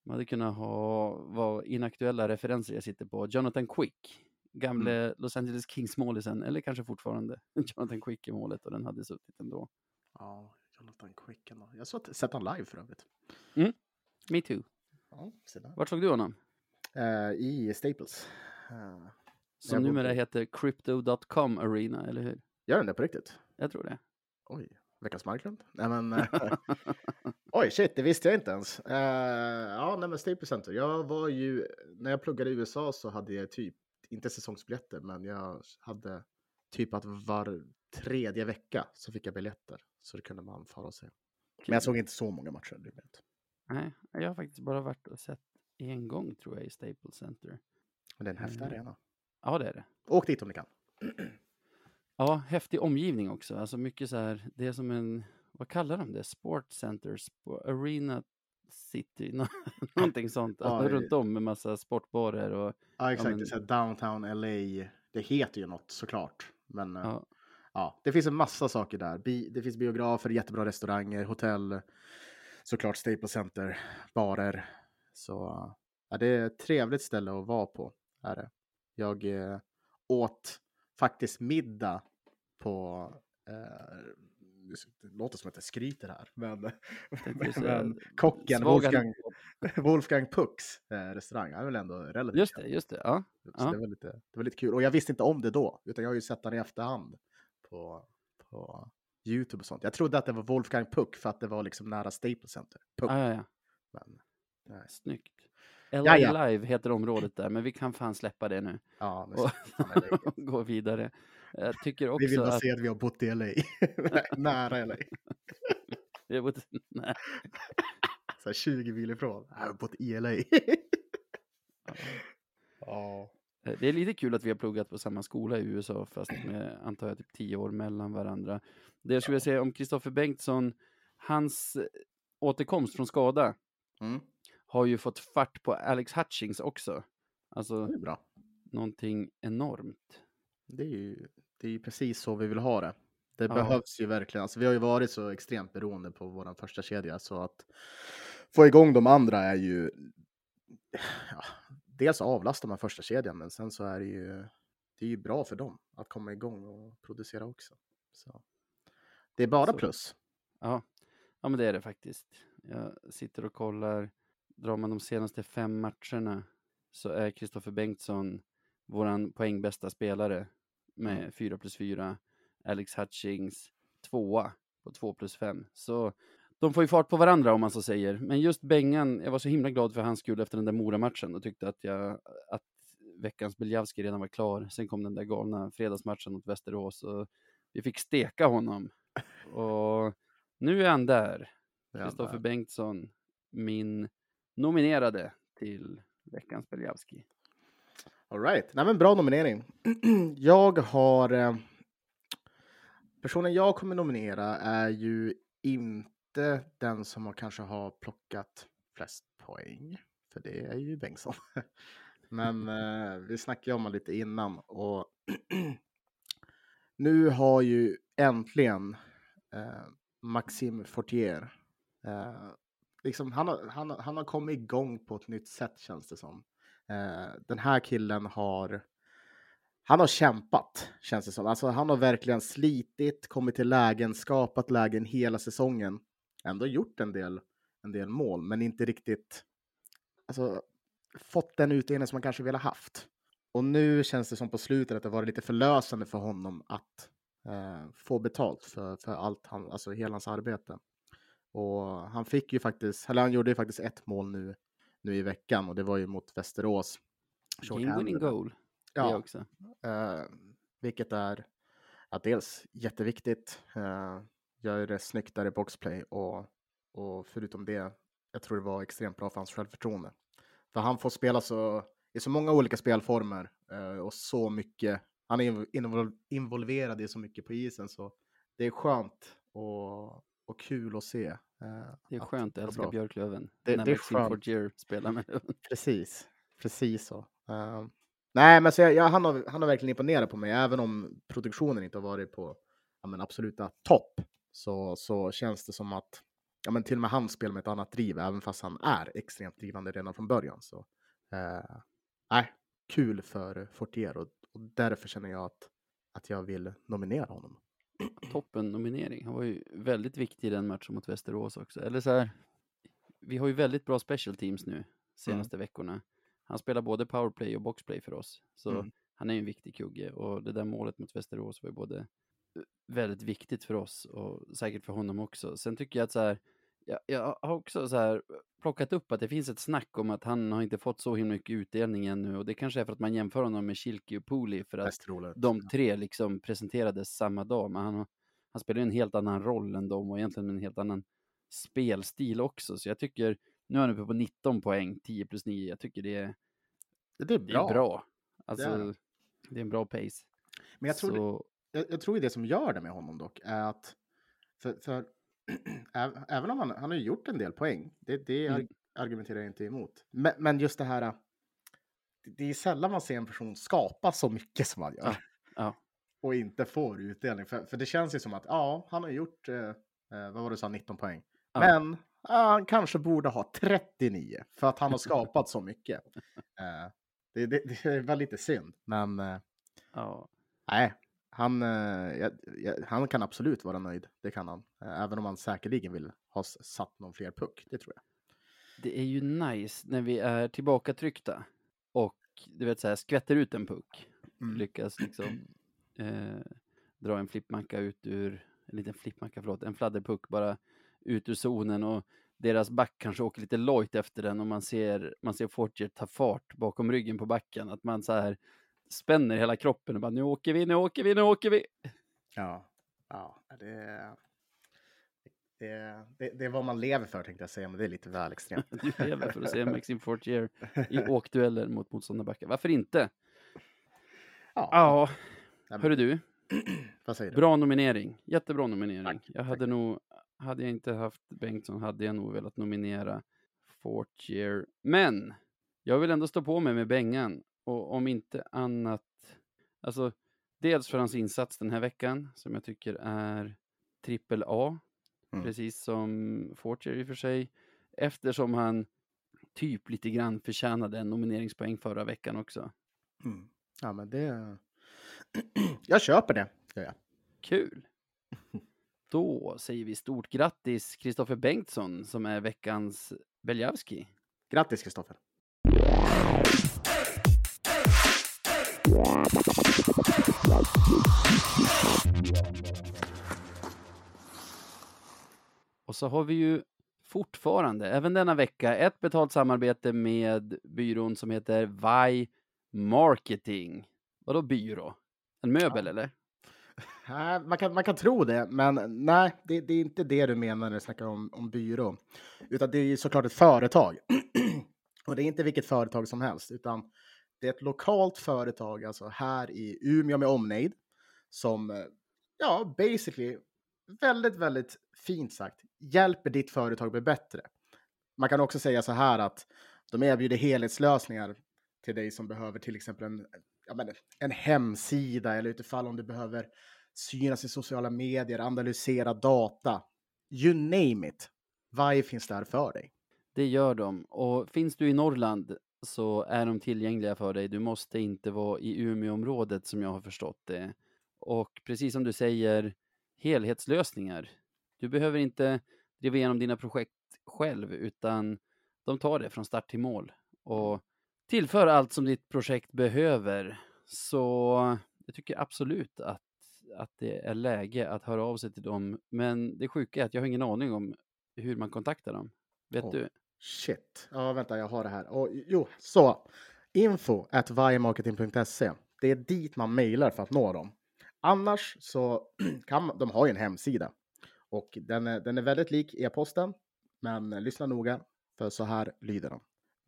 [SPEAKER 1] vad inaktuella referenser jag sitter på. Jonathan Quick, gamle Los Angeles Kings-målisen, eller kanske fortfarande Jonathan Quick i målet, och den hade suttit ändå.
[SPEAKER 2] Ja, Jonathan Quick ändå. Jag såg sett han live för övrigt.
[SPEAKER 1] Me too.
[SPEAKER 2] Ja,
[SPEAKER 1] vart såg du honom?
[SPEAKER 2] I Staples.
[SPEAKER 1] Som numera heter Crypto.com Arena, eller hur?
[SPEAKER 2] Gör den det på riktigt?
[SPEAKER 1] Jag tror det.
[SPEAKER 2] Oj, veckans Markland? Nej men... Oj, shit, det visste jag inte ens. Nej men Staples Center. Jag var ju... När jag pluggade i USA så hade jag typ, inte säsongsbiljetter, men jag hade typ att var 3:e vecka så fick jag biljetter. Så det kunde man fara och se. Men jag såg inte så många matcher.
[SPEAKER 1] Nej, jag har faktiskt bara varit och sett en gång, tror jag, i Staples Center.
[SPEAKER 2] Men det är en häftig arena.
[SPEAKER 1] Ja, det är det.
[SPEAKER 2] Åk dit om ni kan.
[SPEAKER 1] Ja, häftig omgivning också. Alltså mycket så här, det är som en, vad kallar de det? Sports Center, Arena City, någonting sånt. Alltså, runt om med massa sportbarer och...
[SPEAKER 2] Ja, exakt. Det är downtown LA. Det heter ju något såklart. Men ja, det finns en massa saker där. Det finns biografer, jättebra restauranger, hotell, såklart Staples Center, barer. Så ja, det är ett trevligt ställe att vara på. Är det. Jag åt faktiskt middag på det låter som att jag skryter här, men kocken Wolfgang Pucks restaurang är väl ändå relativt.
[SPEAKER 1] Just det, ja.
[SPEAKER 2] Så det var lite kul. Och jag visste inte om det då, utan jag har ju sett den i efterhand på YouTube och sånt. Jag trodde att det var Wolfgang Puck för att det var liksom nära Staples Center. Puck.
[SPEAKER 1] Ja.
[SPEAKER 2] Men, nej.
[SPEAKER 1] Snyggt. LA Live heter området där, men vi kan fan släppa det nu.
[SPEAKER 2] Ja,
[SPEAKER 1] och gå vidare. Jag tycker också
[SPEAKER 2] vi vill bara se att vi har bott i LA. Nära LA.
[SPEAKER 1] Vi har bott... Nej.
[SPEAKER 2] Så här 20 mil ifrån. Jag har bott i LA. Ja.
[SPEAKER 1] Det är lite kul att vi har pluggat på samma skola i USA, fast med, antar jag, typ 10 år mellan varandra. Det jag skulle säga om Kristoffer Bengtsson, hans återkomst från skada har ju fått fart på Alex Hutchings också. Alltså,
[SPEAKER 2] det är bra.
[SPEAKER 1] Någonting enormt.
[SPEAKER 2] Det är ju precis så vi vill ha det. Det behövs ju verkligen. Alltså, vi har ju varit så extremt beroende på vår första kedja, så att få igång de andra är ju dels avlasta de första kedjan, men sen så är det är ju bra för dem att komma igång och producera också. Så det är bara plus.
[SPEAKER 1] Ja, men det är det faktiskt. Jag sitter och kollar. Drar man de senaste 5 matcherna så är Kristoffer Bengtsson våran poängbästa spelare med 4+4. Alex Hutchings 2 på 2+5. Så de får ju fart på varandra, om man så säger. Men just Bengan, jag var så himla glad för hans skull efter den där Mora-matchen och tyckte att veckans Beljavski redan var klar. Sen kom den där galna fredagsmatchen mot Västerås och vi fick steka honom. Och nu är han där. Kristoffer Bengtsson, min nominerade till veckans Beljavski.
[SPEAKER 2] All right. Nej, men bra nominering. Personen jag kommer nominera är ju inte den som kanske har plockat flest poäng. För det är ju Bengtsson. Men vi snackade ju om det lite innan. Och nu har ju äntligen Maxime Fortier liksom, han har kommit igång på ett nytt sätt, känns det som. Den här killen han har kämpat, känns det som. Alltså, han har verkligen slitit, kommit till lägen, skapat lägen hela säsongen. Ändå gjort en del mål, men inte riktigt fått den utdelning som man kanske ville ha haft. Och nu känns det som på slutet att det var lite förlösande för honom att få betalt för allt hela hans arbete. Och han gjorde ju faktiskt 1 mål nu i veckan, och det var ju mot Västerås.
[SPEAKER 1] Winning goal.
[SPEAKER 2] Ja,
[SPEAKER 1] också.
[SPEAKER 2] Vilket är dels jätteviktigt. Gör det snyggt där i boxplay, och förutom det, jag tror det var extremt bra för hans självförtroende. För han får spela i så många olika spelformer och så mycket. Han är involverad i så mycket på isen, så det är skönt och kul att se.
[SPEAKER 1] Det är skönt att älska Björklöven.
[SPEAKER 2] Det är
[SPEAKER 1] skönt. Fortier spelar med.
[SPEAKER 2] Precis så. Nej, men så han har verkligen imponerat på mig. Även om produktionen inte har varit på absoluta topp, så känns det som att till och med han spelar med ett annat driv, även fast han är extremt drivande redan från början. Så kul för Fortier, och därför känner jag att jag vill nominera honom.
[SPEAKER 1] Toppen nominering. Han var ju väldigt viktig i den matchen mot Västerås också. Eller så här, vi har ju väldigt bra special teams nu senaste veckorna. Han spelar både powerplay och boxplay för oss. Så han är ju en viktig kugge. Och det där målet mot Västerås var ju både väldigt viktigt för oss och säkert för honom också. Sen tycker jag att så här, jag har också så här plockat upp att det finns ett snack om att han har inte fått så himla mycket utdelning ännu. Och det kanske är för att man jämför honom med Schilke och Pooley, för att de 3 liksom presenterades samma dag. Men han spelar en helt annan roll än dem, och egentligen en helt annan spelstil också. Så jag tycker, nu är han uppe på 19 poäng, 10+9. Jag tycker det är bra. Alltså, det är en bra pace.
[SPEAKER 2] Men jag tror det som gör det med honom dock är att för även om han har gjort en del poäng, det argumenterar jag inte emot. Men just det här, det är sällan man ser en person skapa så mycket som han gör.
[SPEAKER 1] Ja.
[SPEAKER 2] Och inte får utdelning. För det känns ju som att han har gjort, vad var det du sa, 19 poäng. Ja. Men han kanske borde ha 39 för att han har skapat så mycket. Det är väl lite synd. Men nej, han kan absolut vara nöjd. Det kan han. Även om han säkerligen vill ha satt någon fler puck. Det tror jag.
[SPEAKER 1] Det är ju nice när vi är tillbaka tryckta och du vet så här skvätter ut en puck. Lyckas liksom dra en flippmacka ut ur, en fladderpuck bara ut ur zonen och deras back kanske åker lite lojt efter den och man ser Fortier ta fart bakom ryggen på backen. Att man så här spänner hela kroppen och bara nu åker vi.
[SPEAKER 2] Ja, det är vad man lever för tänkte jag säga, men det är lite väl extremt.
[SPEAKER 1] Du lever för att se Maxime Fortier i åkdueller mot motståndarbackar. Varför inte? Ja. Hörru du.
[SPEAKER 2] Vad säger du?
[SPEAKER 1] Bra nominering. Jättebra nominering. Hade jag inte haft Bengtsson hade jag nog velat nominera Fortier. Men jag vill ändå stå på mig med Bengan. Och om inte annat, alltså dels för hans insats den här veckan som jag tycker är AAA. Precis som Fortier i och för sig. Eftersom han typ lite grann förtjänade en nomineringspoäng förra veckan också.
[SPEAKER 2] Ja, men det... Jag köper det. Ja.
[SPEAKER 1] Kul. Då säger vi stort grattis Kristoffer Bengtsson som är veckans Beljavski.
[SPEAKER 2] Grattis Kristoffer.
[SPEAKER 1] Och så har vi ju fortfarande, även denna vecka, ett betalt samarbete med byrån som heter Vi Marketing. Vadå byrå? En möbel eller?
[SPEAKER 2] Man kan tro det, men nej, det är inte det du menar när du snackar om byrå. Utan det är såklart ett företag. Och det är inte vilket företag som helst, utan det är ett lokalt företag, alltså här i Umeå med omnejd, som, ja, basically, väldigt, väldigt fint sagt, hjälper ditt företag bli bättre. Man kan också säga så här att de erbjuder helhetslösningar till dig som behöver till exempel en hemsida eller utifall om du behöver synas i sociala medier, analysera data. You name it. Vad finns där för dig?
[SPEAKER 1] Det gör de. Och finns du i Norrland så är de tillgängliga för dig. Du måste inte vara i Umeåområdet som jag har förstått det. Och precis som du säger, helhetslösningar. Du behöver inte driva igenom dina projekt själv utan de tar det från start till mål. Och tillför allt som ditt projekt behöver. Så jag tycker absolut att det är läge att höra av sig till dem. Men det sjuka är att jag har ingen aning om hur man kontaktar dem. Vet du?
[SPEAKER 2] Shit. Ja, vänta, jag har det här. Så info@vimarketing.se. Det är dit man mejlar för att nå dem. Annars så kan de ha ju en hemsida. Och den är väldigt lik e-posten. Men lyssna noga, för så här lyder den.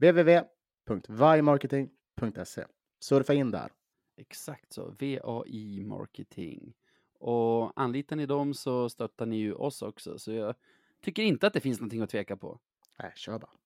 [SPEAKER 2] www.vimarketing.se. Surfa in där.
[SPEAKER 1] Exakt så. VAI Marketing. Och anlitar ni dem så stöttar ni ju oss också. Så jag tycker inte att det finns någonting att tveka på.
[SPEAKER 2] Nej, kör bara.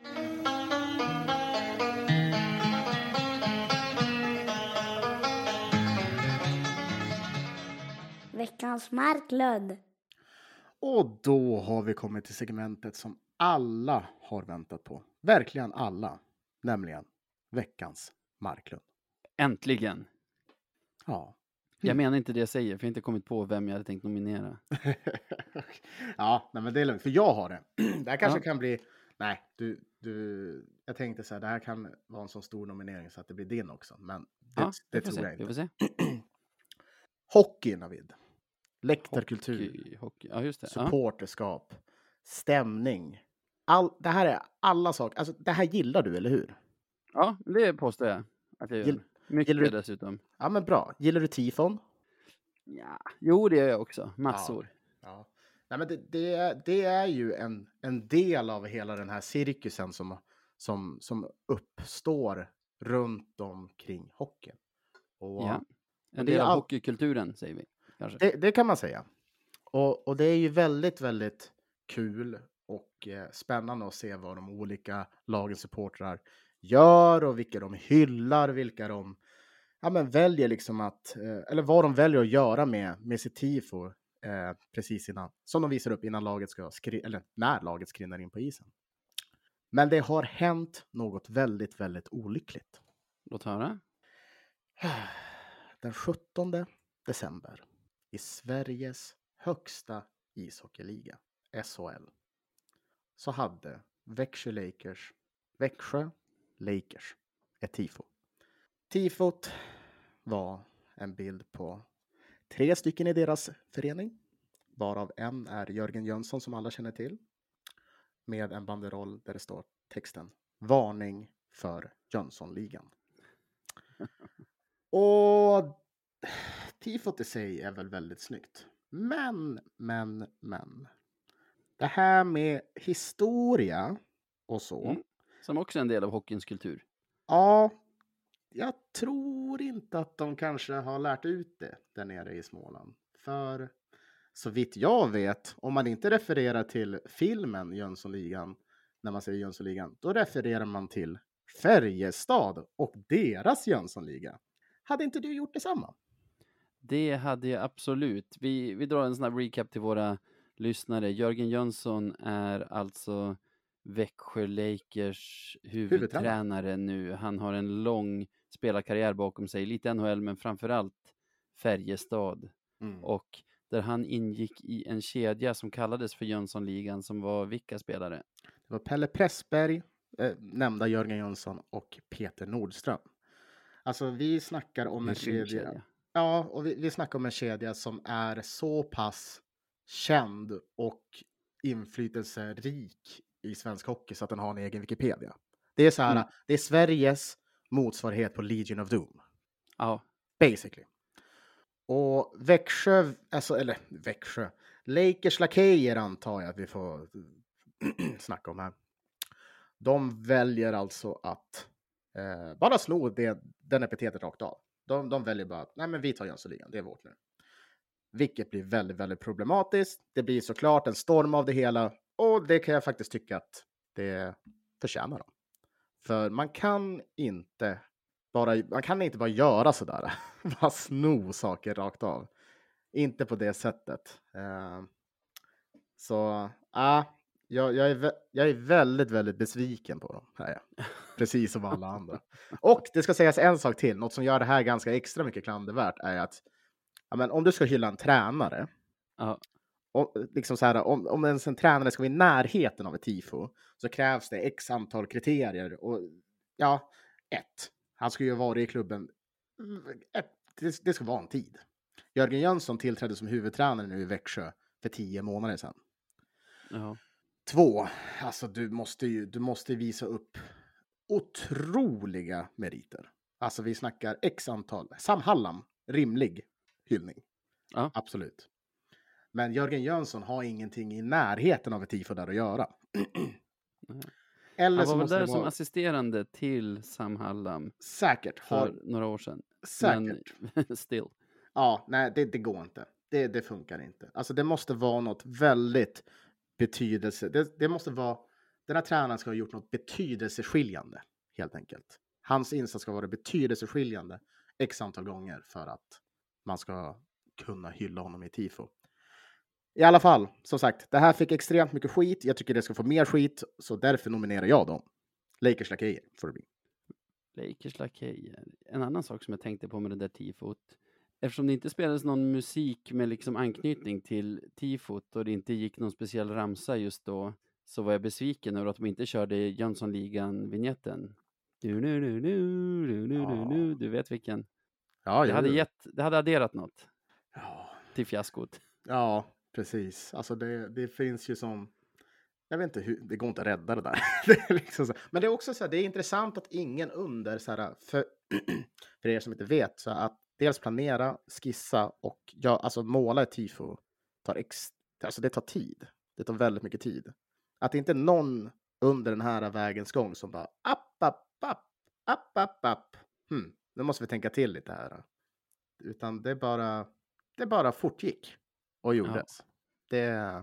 [SPEAKER 4] Veckans Marklund.
[SPEAKER 2] Och då har vi kommit till segmentet som alla har väntat på. Verkligen alla. Nämligen veckans Marklund.
[SPEAKER 1] Äntligen.
[SPEAKER 2] Ja.
[SPEAKER 1] Jag menar inte det jag säger, för jag har inte kommit på vem jag hade tänkt nominera.
[SPEAKER 2] Ja, nej, men det är lugnt, för jag har det. Det här kanske kan bli... Nej, jag tänkte så här, det här kan vara en så stor nominering så att det blir din också. Men det tror jag inte.
[SPEAKER 1] Vi får se.
[SPEAKER 2] Hockey, Navid. Läktarkultur.
[SPEAKER 1] Hockey. Ja, just det.
[SPEAKER 2] Supporterskap. Stämning. Det här är alla saker. Alltså, det här gillar du, eller hur?
[SPEAKER 1] Ja, det påstår jag att jag gör. Mycket dessutom.
[SPEAKER 2] Ja, men bra. Gillar du tifon?
[SPEAKER 1] Ja, jo, det gör jag också. Massor.
[SPEAKER 2] Ja. Nej, men det är ju en del av hela den här cirkusen som uppstår runt omkring hockeyn. Och
[SPEAKER 1] ja, en del av hockeykulturen säger vi. Kanske.
[SPEAKER 2] Det kan man säga. Och det är ju väldigt, väldigt kul och spännande att se vad de olika lagens supportrar gör och vilka de hyllar, vilka de väljer liksom att, eller vad de väljer att göra med sitt tifo precis innan, som de visar upp innan laget eller när laget skrinnar in på isen. Men det har hänt något väldigt, väldigt olyckligt.
[SPEAKER 1] Låt höra.
[SPEAKER 2] Den 17 december i Sveriges högsta ishockeyliga, SHL, så hade Växjö Lakers ett tifo. Tifot var en bild på 3 stycken i deras förening, varav en är Jörgen Jönsson som alla känner till, med en banderoll där det står texten varning för Jönssonligan. Och tifot i sig är väl väldigt snyggt. Men. Det här med historia och så.
[SPEAKER 1] Som också är en del av hockeyns kultur.
[SPEAKER 2] Ja, jag tror inte att de kanske har lärt ut det där nere i Småland. För så vitt jag vet, om man inte refererar till filmen Jönssonligan, när man säger Jönssonligan, då refererar man till Färjestad och deras Jönssonliga. Hade inte du gjort detsamma?
[SPEAKER 1] Det hade jag absolut. Vi drar en snabb recap till våra lyssnare. Jörgen Jönsson är alltså Växjö Lakers huvudtränare nu. Han har en lång spelarkarriär bakom sig. Lite NHL, men framförallt Färjestad. Och där han ingick i en kedja som kallades för Jönssonligan, som var vilka spelare?
[SPEAKER 2] Det var Pelle Pressberg, nämnda Jörgen Jönsson, och Peter Nordström. Alltså vi snackar om en kedja. Ja, och vi snackar om en kedja som är så pass känd och inflytelserik i svensk hockey så att den har en egen Wikipedia. Det är så här, det är Sveriges motsvarighet på Legion of Doom.
[SPEAKER 1] Ja.
[SPEAKER 2] Basically. Och Växjö, Lakers lakejer antar jag att vi får snacka om här. De väljer alltså att bara slå den epitetet rakt av. De väljer bara att, nej men vi tar Jönssonligan, det är vårt nu. Vilket blir väldigt, väldigt problematiskt. Det blir såklart en storm av det hela. Och det kan jag faktiskt tycka att det förtjänar dem. För man kan inte bara göra sådär. Bara sno saker rakt av. Inte på det sättet. Jag är väldigt, väldigt besviken på dem. Här, precis som alla andra. Och det ska sägas en sak till. Något som gör det här ganska extra mycket klandervärt är att om du ska hylla en tränare. Och liksom så här, om en tränare ska vara i närheten av ett tifo, så krävs det x antal kriterier. Och ja, 1. Han ska ju vara i klubben. Det ska vara en tid. Jörgen Jönsson tillträdde som huvudtränare nu i Växjö för 10 månader sedan. 2. Alltså du måste visa upp otroliga meriter. Alltså vi snackar x antal. Sam Hallam, rimlig hyllning.
[SPEAKER 1] Ja.
[SPEAKER 2] Absolut. Men Jörgen Jönsson har ingenting i närheten av ett tifo där att göra.
[SPEAKER 1] Eller han var väl där som assisterande till Sam Hallam.
[SPEAKER 2] Säkert.
[SPEAKER 1] För några år sedan.
[SPEAKER 2] Säkert.
[SPEAKER 1] Men still.
[SPEAKER 2] Ja, nej det går inte. Det funkar inte. Alltså det måste vara något väldigt det måste vara, den här tränaren ska ha gjort något betydelseskiljande helt enkelt. Hans insats ska vara betydelseskiljande x antal gånger för att man ska kunna hylla honom i tifo. I alla fall, som sagt, det här fick extremt mycket skit. Jag tycker det ska få mer skit, så därför nominerar jag dem. Lakers lakejer får det bli.
[SPEAKER 1] Lakers lakejer. En annan sak som jag tänkte på med det där tifot. Eftersom det inte spelades någon musik med liksom anknytning till tifot och det inte gick någon speciell ramsa just då, så var jag besviken över att de inte körde Jönssonligan-vignetten. Du vet vilken.
[SPEAKER 2] Ja,
[SPEAKER 1] det hade adderat något till fiaskot.
[SPEAKER 2] Ja, precis. Alltså det finns ju som, jag vet inte hur, det går inte att rädda det där. Det är liksom så. Men det är också så här, det är intressant att ingen under så här, för er som inte vet, så att dels planera, skissa och måla ett tifo det tar tid. Det tar väldigt mycket tid. Att det inte är någon under den här vägens gång som bara app. Nu måste vi tänka till lite här. Utan det bara fortgick och gjordes. Ja.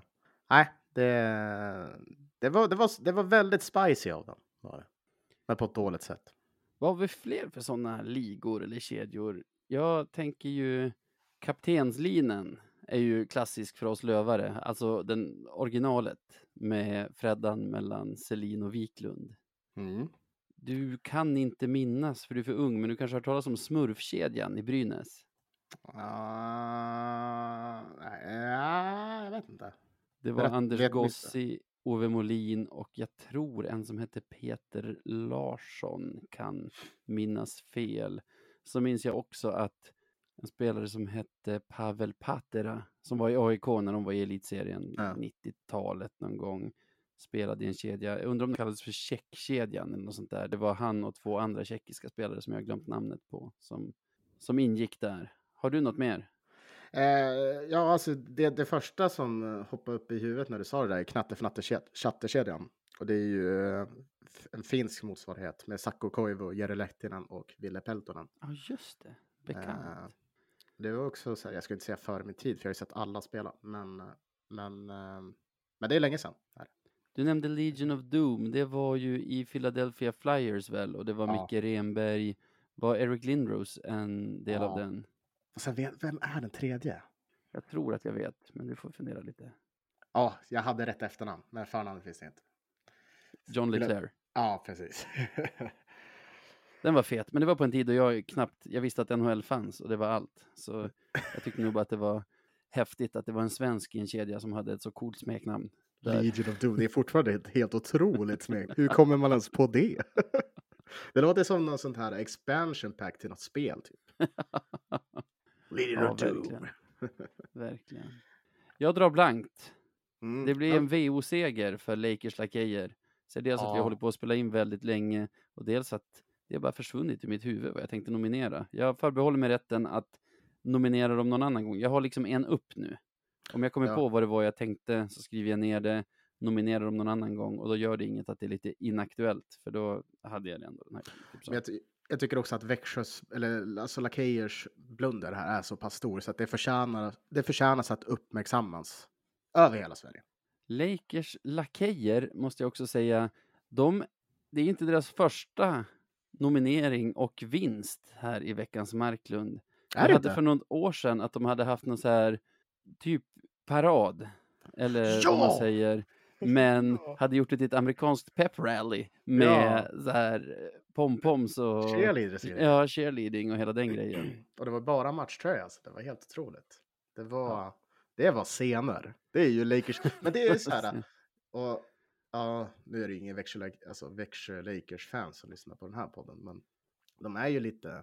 [SPEAKER 2] Det var väldigt spicy av dem. Var det. Men på ett dåligt sätt.
[SPEAKER 1] Vad har vi fler för sådana ligor eller kedjor? Jag tänker ju kaptenslinen är ju klassisk för oss lövare. Alltså den originalet med Freddan mellan Selin och Wiklund. Du kan inte minnas för du är för ung, men du kanske har hört talas om Smurfkedjan i Brynäs.
[SPEAKER 2] Jag vet inte.
[SPEAKER 1] Det var Anders
[SPEAKER 2] vet
[SPEAKER 1] Gossi, Ove Molin och jag tror en som hette Peter Larsson, kan minnas fel. Så minns jag också att en spelare som hette Pavel Patera, som var i AIK när de var i elitserien 90-talet någon gång, spelade i en kedja. Jag undrar om det kallades för Tjeckkedjan eller något sånt där. Det var han och 2 andra tjeckiska spelare som jag har glömt namnet på som ingick där. Har du något mer?
[SPEAKER 2] Ja, alltså det första som hoppade upp i huvudet när du sa det där är Knatte-Fnatte-Chatterkedjan. Och det är ju en finsk motsvarighet med Sakko Koivu, Jere Lehtinen och Ville Peltonen.
[SPEAKER 1] Ja, just det. Bekant.
[SPEAKER 2] Det var också så här, jag skulle inte säga före min tid, för jag har ju sett alla spela. Men det är länge sedan. Här.
[SPEAKER 1] Du nämnde Legion of Doom. Det var ju i Philadelphia Flyers väl? Och det var Micke Renberg. Var Eric Lindros en del av den?
[SPEAKER 2] Och sen vem är den tredje?
[SPEAKER 1] Jag tror att jag vet, men du får fundera lite.
[SPEAKER 2] Ja, jag hade rätt efternamn, men förnamnet finns det inte.
[SPEAKER 1] John LeClaire.
[SPEAKER 2] Ja, precis.
[SPEAKER 1] Den var fet, men det var på en tid då jag visste att NHL fanns och det var allt. Så jag tyckte nog bara att det var häftigt att det var en svensk i en kedja som hade ett så coolt smeknamn.
[SPEAKER 2] Legion of Doom, det är fortfarande ett helt otroligt smeknamn. Hur kommer man ens på det? Det låter som någon sånt här expansion pack till något spel typ. Legion of Doom.
[SPEAKER 1] Verkligen. Jag drar blankt. Det blir en VO-seger för Lakers lakejer. Så dels att vi håller på att spela in väldigt länge och dels att det har bara försvunnit i mitt huvud vad jag tänkte nominera. Jag förbehåller mig rätten att nominera dem någon annan gång. Jag har liksom en upp nu. Om jag kommer på vad det var jag tänkte så skriver jag ner det, nominerar dem någon annan gång och då gör det inget att det är lite inaktuellt för då hade jag det ändå. Den här
[SPEAKER 2] men jag tycker också att Växjös, eller alltså Lakejers blunder här är så pass stor så att det förtjänas att uppmärksammas över hela Sverige.
[SPEAKER 1] Lakers lakejer måste jag också säga, det är inte deras första nominering och vinst här i veckans Marklund. Jag hade för något år sedan att de hade haft någon så här typ parad, eller vad man säger, men hade gjort det till ett amerikanskt pep-rally med så här pompoms och cheerleading och hela den grejen.
[SPEAKER 2] Och det var bara matchtröja, alltså. Det var helt otroligt. Det var scener. Det är ju Lakers, men det är ju så här. Och nu är det ingen Växjö Lakers fans som lyssnar på den här podden, men de är ju lite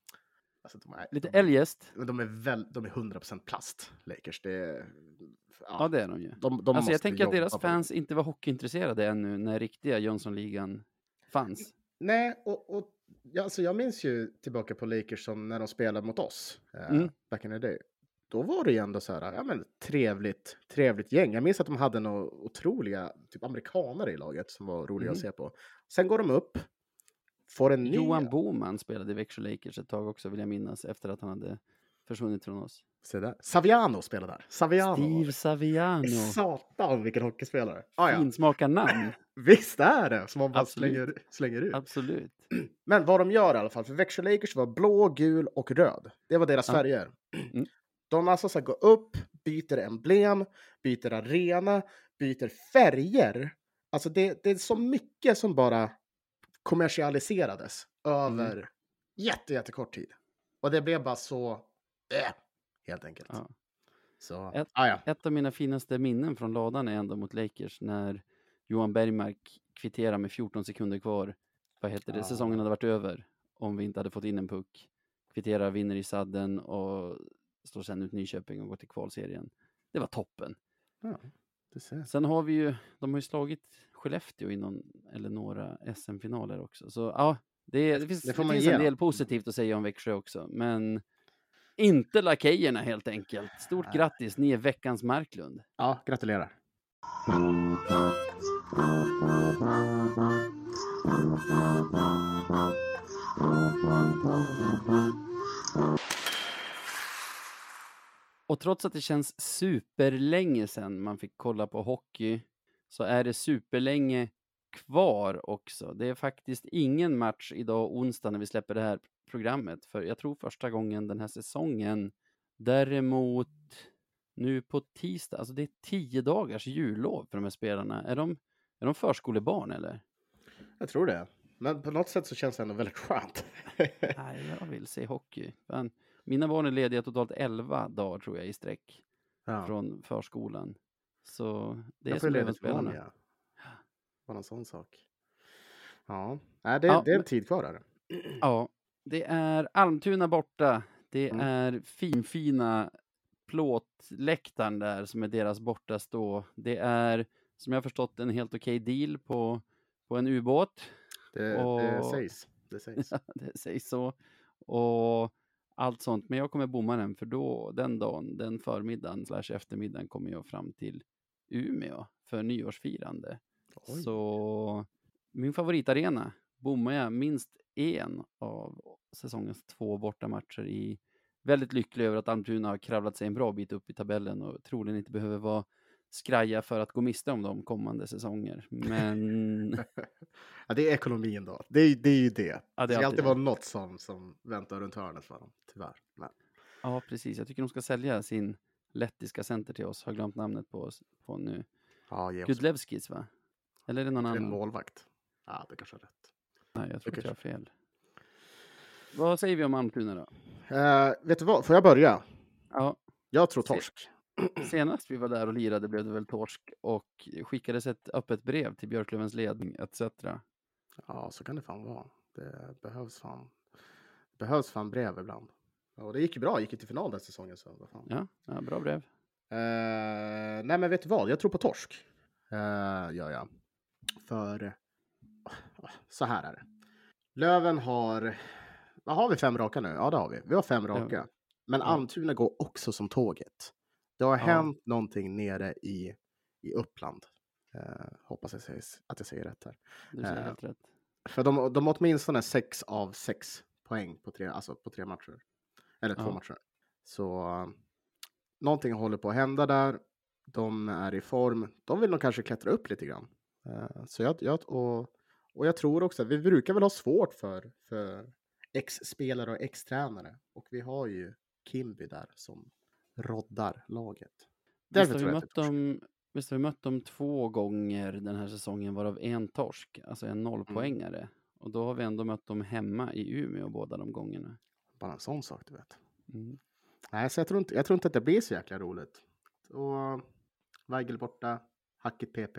[SPEAKER 1] lite eljest.
[SPEAKER 2] De är 100% plast, Lakers. Det är
[SPEAKER 1] det är de ju. Alltså jag tänker att deras fans inte var hockeyintresserade ännu när riktiga Jönssonligan fanns.
[SPEAKER 2] Nej, och jag minns ju tillbaka på Lakers som när de spelade mot oss back in the day. Då var det ju ändå så här, trevligt gäng. Jag minns att de hade några otroliga typ amerikanare i laget som var roliga att se på. Sen går de upp, får en ny...
[SPEAKER 1] Johan Boman spelade i Växjö Lakers ett tag också, vill jag minnas, efter att han hade försvunnit från oss.
[SPEAKER 2] Se där. Saviano spelade där.
[SPEAKER 1] Steve Saviano.
[SPEAKER 2] Satan, vilken hockeyspelare.
[SPEAKER 1] Finsmakar namn.
[SPEAKER 2] Visst är det, som man bara slänger ut.
[SPEAKER 1] Absolut.
[SPEAKER 2] Men vad de gör i alla fall, för Växjö Lakers var blå, gul och röd. Det var deras färger. De alltså ska gå upp, byter emblem, byter arena, byter färger. Alltså det är så mycket som bara kommersialiserades över jättekort tid. Och det blev bara så helt enkelt.
[SPEAKER 1] Ja.
[SPEAKER 2] Så,
[SPEAKER 1] ett av mina finaste minnen från ladan är ändå mot Lakers när Johan Bergmark kvitterar med 14 sekunder kvar. Vad heter det? Säsongen hade varit över om vi inte hade fått in en puck. Kvitterar, vinner i sadden och slår sen ut Nyköping och går till kvalserien. Det var toppen.
[SPEAKER 2] Ja, det ser.
[SPEAKER 1] Sen har de har ju slagit Skellefteå i några SM-finaler också. Så det finns en del positivt att säga om Växjö också. Men inte lakejerna helt enkelt. Stort grattis, ni är veckans Marklund.
[SPEAKER 2] Ja, gratulerar.
[SPEAKER 1] Och trots att det känns superlänge sedan man fick kolla på hockey så är det superlänge kvar också. Det är faktiskt ingen match idag onsdag när vi släpper det här programmet. För jag tror första gången den här säsongen. Däremot nu på tisdag, alltså det är 10 dagars jullov för de här spelarna. Är de förskolebarn eller?
[SPEAKER 2] Jag tror det. Men på något sätt så känns det ändå väldigt skönt.
[SPEAKER 1] Nej, jag vill se hockey. Men Mina barn är lediga totalt 11 dagar tror jag i sträck
[SPEAKER 2] Ja.
[SPEAKER 1] från förskolan. Så det är
[SPEAKER 2] Jag får
[SPEAKER 1] som
[SPEAKER 2] ledigt imorgon,
[SPEAKER 1] Lövenspelarna.
[SPEAKER 2] ja. Bara en sån sak. Ja, nej, det är en tid kvar där.
[SPEAKER 1] Ja, det är Almtuna borta. Det är finfina plåtläktaren där som är deras bortastå. Det är, som jag har förstått, en helt okej deal på en ubåt.
[SPEAKER 2] Det sägs. Det sägs.
[SPEAKER 1] Det sägs så. Och allt sånt. Men jag kommer bomma den, för då, den dagen, den förmiddagen / eftermiddagen kommer jag fram till Umeå för nyårsfirande.
[SPEAKER 2] Oj.
[SPEAKER 1] Så min favoritarena bommar jag minst en av säsongens 2 bortamatcher i. Väldigt lycklig över att Almtuna har kravlat sig en bra bit upp i tabellen och troligen inte behöver vara skraja för att gå miste om de kommande säsonger. Men
[SPEAKER 2] Ja, det är ekonomin då. Det är ju det.
[SPEAKER 1] Ja,
[SPEAKER 2] Det ska alltid
[SPEAKER 1] det.
[SPEAKER 2] vara något som väntar runt hörnet för dem, tyvärr. Men,
[SPEAKER 1] Ja, precis. Jag tycker de ska sälja sin lettiska center till oss. Har glömt namnet på nu.
[SPEAKER 2] ja, ge oss
[SPEAKER 1] Gudlevskis, va? Eller är det någon
[SPEAKER 2] en
[SPEAKER 1] annan?
[SPEAKER 2] målvakt. Ja, det kanske är rätt.
[SPEAKER 1] Nej, jag tror
[SPEAKER 2] Det
[SPEAKER 1] att jag har
[SPEAKER 2] kanske-
[SPEAKER 1] fel. Vad säger vi om Almtuna då?
[SPEAKER 2] Vet du vad? Får jag börja?
[SPEAKER 1] Ja,
[SPEAKER 2] Jag tror torsk.
[SPEAKER 1] senast vi var där och lirade blev det väl torsk och skickades ett öppet brev till Björklövens ledning etc.
[SPEAKER 2] Ja, så kan det fan vara. Det behövs fan brev ibland. Och det gick ju bra. Gick ju till final den säsongen. Så vad fan.
[SPEAKER 1] Ja, bra brev.
[SPEAKER 2] Nej, men vet du vad? Jag tror på torsk. Gör jag. För så här är det. Löven har... Vad har vi, 5 raka nu? Ja, det har vi. Vi har 5 raka. Men Almtuna går också som tåget. Det har hänt någonting nere i Uppland. Hoppas att jag säger rätt här.
[SPEAKER 1] Du säger helt rätt.
[SPEAKER 2] För de har åtminstone 6 av 6 poäng på 3 matcher. Eller 2 matcher. Så någonting håller på att hända där. De är i form. De vill nog kanske klättra upp lite grann. Så jag tror också att vi brukar väl ha svårt för ex-spelare och ex-tränare. Och vi har ju Kimby där som roddar laget.
[SPEAKER 1] Visst har vi mött dem 2 gånger den här säsongen, varav en torsk, alltså en 0-poängare. Och då har vi ändå mött dem hemma i Umeå båda de gångerna.
[SPEAKER 2] Bara en sån sak, du vet.
[SPEAKER 1] Mm.
[SPEAKER 2] Nej, så jag tror inte att det blir så jäkla roligt. Och Weigel borta, hackigt PP.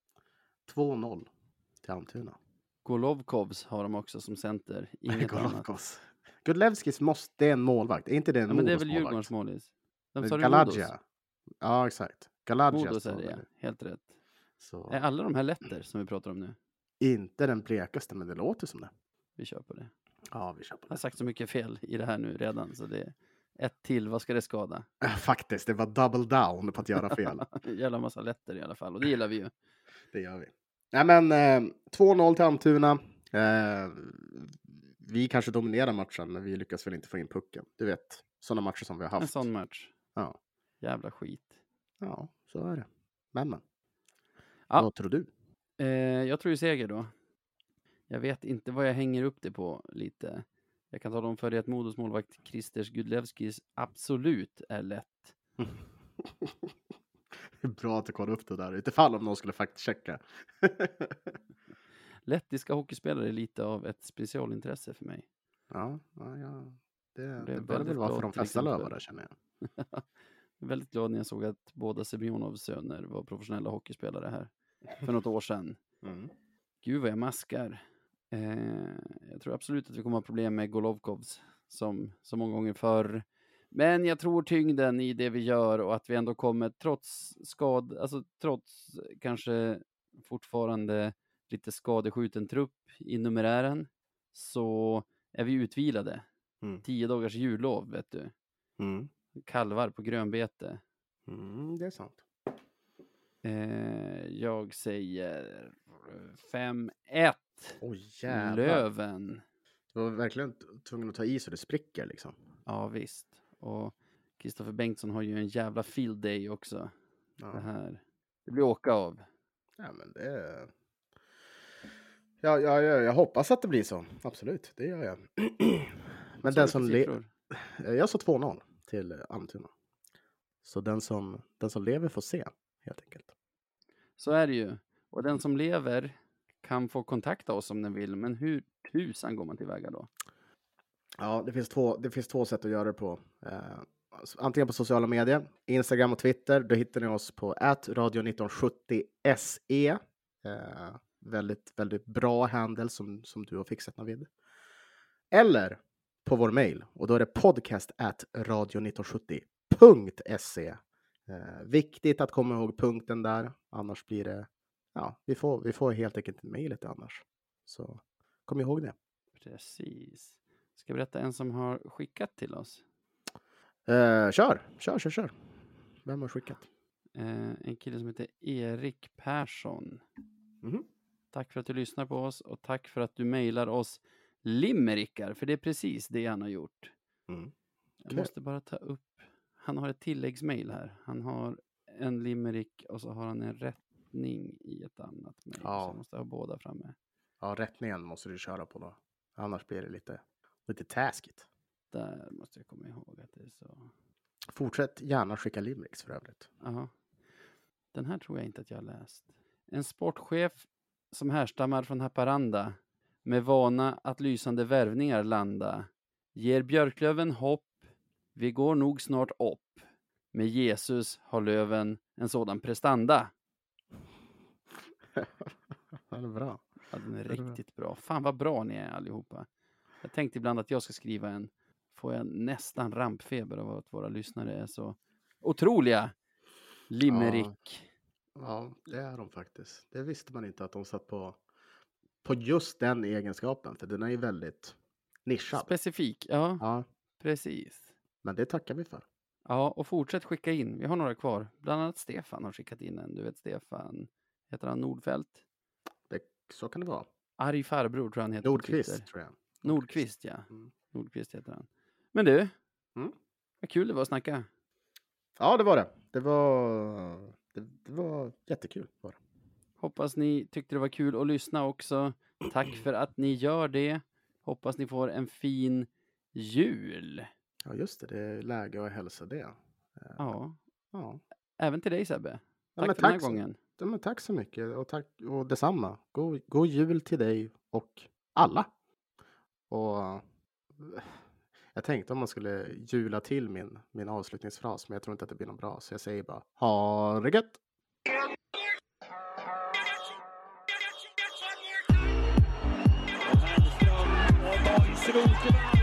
[SPEAKER 2] 2-0 till Almtuna.
[SPEAKER 1] Golovkovs har de också som center. Inget annat.
[SPEAKER 2] Gudlevskis det är en målvakt. Är inte det en
[SPEAKER 1] Ja, men det är
[SPEAKER 2] Modos
[SPEAKER 1] väl Djurgårdens målis. De sa det
[SPEAKER 2] Galadja. Ja, exakt. Galadja.
[SPEAKER 1] Modos är det, ja. Helt rätt.
[SPEAKER 2] Så.
[SPEAKER 1] Är alla de här lätter som vi pratar om nu?
[SPEAKER 2] Inte den blekaste, men det låter som det.
[SPEAKER 1] Vi kör på det.
[SPEAKER 2] Ja, vi kör på
[SPEAKER 1] Jag har
[SPEAKER 2] det.
[SPEAKER 1] sagt så mycket fel i det här nu redan, så det är ett till. Vad ska det skada?
[SPEAKER 2] Faktiskt, det var double down på att göra fel.
[SPEAKER 1] Jävla massa lätter i alla fall, och det gillar vi ju.
[SPEAKER 2] Det gör vi. Nej, men 2-0 till Almtuna. Vi kanske dominerar matchen, men vi lyckas väl inte få in pucken. Du vet, sådana matcher som vi har haft.
[SPEAKER 1] En sån match.
[SPEAKER 2] Ja.
[SPEAKER 1] Jävla skit.
[SPEAKER 2] Ja, så är det. Men.
[SPEAKER 1] Ja.
[SPEAKER 2] Vad tror du?
[SPEAKER 1] Jag tror ju seger då. Jag vet inte vad jag hänger upp det på lite. Jag kan tala om för dig att Modos målvakt Kristers Gudlevskis absolut är lätt.
[SPEAKER 2] Bra att du kollar upp det där. Utifall om någon skulle faktiskt checka.
[SPEAKER 1] Lettiska hockeyspelare är lite av ett specialintresse för mig.
[SPEAKER 2] Ja. Det bör
[SPEAKER 1] väldigt
[SPEAKER 2] väl vara för
[SPEAKER 1] bra,
[SPEAKER 2] de
[SPEAKER 1] till
[SPEAKER 2] flesta
[SPEAKER 1] exempel.
[SPEAKER 2] lövare, känner jag.
[SPEAKER 1] Jag är väldigt glad när jag såg att båda Semjonovs söner var professionella hockeyspelare här för något år sedan. Gud vad jag maskar. Jag tror absolut att vi kommer att ha problem med Golovkovs som så många gånger förr. Men jag tror tyngden i det vi gör och att vi ändå kommer trots kanske fortfarande lite skadeskjuten trupp i numerären, så är vi utvilade. 10 dagars jullov, vet du. Kalvar på grönbete.
[SPEAKER 2] Det är sant.
[SPEAKER 1] Jag säger 5-1.
[SPEAKER 2] Oj, jävlar.
[SPEAKER 1] Löven.
[SPEAKER 2] Du var verkligen tvungen att ta i så det spricker liksom.
[SPEAKER 1] Ja, visst. Och Kristoffer Bengtsson har ju en jävla field day också.
[SPEAKER 2] Ja.
[SPEAKER 1] Det blir åka av.
[SPEAKER 2] Ja, men det... Jag hoppas att det blir så. Absolut, det gör jag. Men den som jag sa 2-0 till Almtuna. Så den som lever får se, helt enkelt.
[SPEAKER 1] Så är det ju. Och den som lever kan få kontakta oss om den vill. Men hur tusan går man tillväga då?
[SPEAKER 2] Ja, det finns två sätt att göra det på. Antingen på sociala medier, Instagram och Twitter. Då hittar ni oss på @radio1970se. Väldigt, väldigt bra handle som du har fixat, Navid. Eller på vår mail. Och då är det podcast@radio1970.se. Viktigt att komma ihåg punkten där. Annars blir det... Ja, vi får helt enkelt mejlet annars. Så kom ihåg det.
[SPEAKER 1] Precis. Ska jag berätta en som har skickat till oss?
[SPEAKER 2] Kör. Vem har skickat?
[SPEAKER 1] En kille som heter Erik Persson.
[SPEAKER 2] Mhm.
[SPEAKER 1] Tack för att du lyssnar på oss och tack för att du mejlar oss limerickar, för det är precis det han har gjort.
[SPEAKER 2] Mm.
[SPEAKER 1] Jag måste bara ta upp, han har ett tilläggsmejl här. Han har en limerick och så har han en rättning i ett annat mejl.
[SPEAKER 2] Ja.
[SPEAKER 1] Så jag måste ha båda framme.
[SPEAKER 2] Ja, rättningen måste du köra på då. Annars blir det lite taskigt.
[SPEAKER 1] Där måste jag komma ihåg att det är så.
[SPEAKER 2] Fortsätt gärna skicka limericks för övrigt.
[SPEAKER 1] Aha. Den här tror jag inte att jag har läst. En sportchef som härstammar från Haparanda med vana att lysande värvningar landa ger Björklöven hopp. Vi går nog snart upp. Med Jesus har Löven en sådan prestanda.
[SPEAKER 2] Det är bra.
[SPEAKER 1] Ja, den är riktigt bra. Fan vad bra ni är allihopa. Jag tänkte ibland att jag ska skriva en. Får jag nästan rampfeber av att våra lyssnare är så otroliga. Limerick.
[SPEAKER 2] Ja, det är de faktiskt. Det visste man inte att de satt på just den egenskapen. För den är ju väldigt nischad.
[SPEAKER 1] Specifik, ja.
[SPEAKER 2] Ja,
[SPEAKER 1] Precis.
[SPEAKER 2] men det tackar vi för.
[SPEAKER 1] Ja, och fortsätt skicka in. Vi har några kvar. Bland annat Stefan har skickat in en. Du vet Stefan, heter han Nordfält?
[SPEAKER 2] Så kan det vara.
[SPEAKER 1] Arg farbror tror jag han heter.
[SPEAKER 2] Nordqvist tror jag.
[SPEAKER 1] Nordqvist, ja.
[SPEAKER 2] Mm.
[SPEAKER 1] Nordqvist heter han. Men du,
[SPEAKER 2] Mm.
[SPEAKER 1] vad kul det var att snacka.
[SPEAKER 2] Ja, det var det. Det var jättekul. Var det.
[SPEAKER 1] Hoppas ni tyckte det var kul att lyssna också. Tack för att ni gör det. Hoppas ni får en fin jul.
[SPEAKER 2] Ja, just det. Det är läge att hälsa det.
[SPEAKER 1] Ja,
[SPEAKER 2] Ja.
[SPEAKER 1] även till dig Sebbe.
[SPEAKER 2] Ja,
[SPEAKER 1] Tack
[SPEAKER 2] men
[SPEAKER 1] för den här
[SPEAKER 2] tack
[SPEAKER 1] gången.
[SPEAKER 2] Ja, men tack så mycket och tack och detsamma. God jul till dig och alla. Och jag tänkte om man skulle jula till min avslutningsfras, men jag tror inte att det blir någon bra, så jag säger bara ha det gött.
[SPEAKER 5] Rosenberg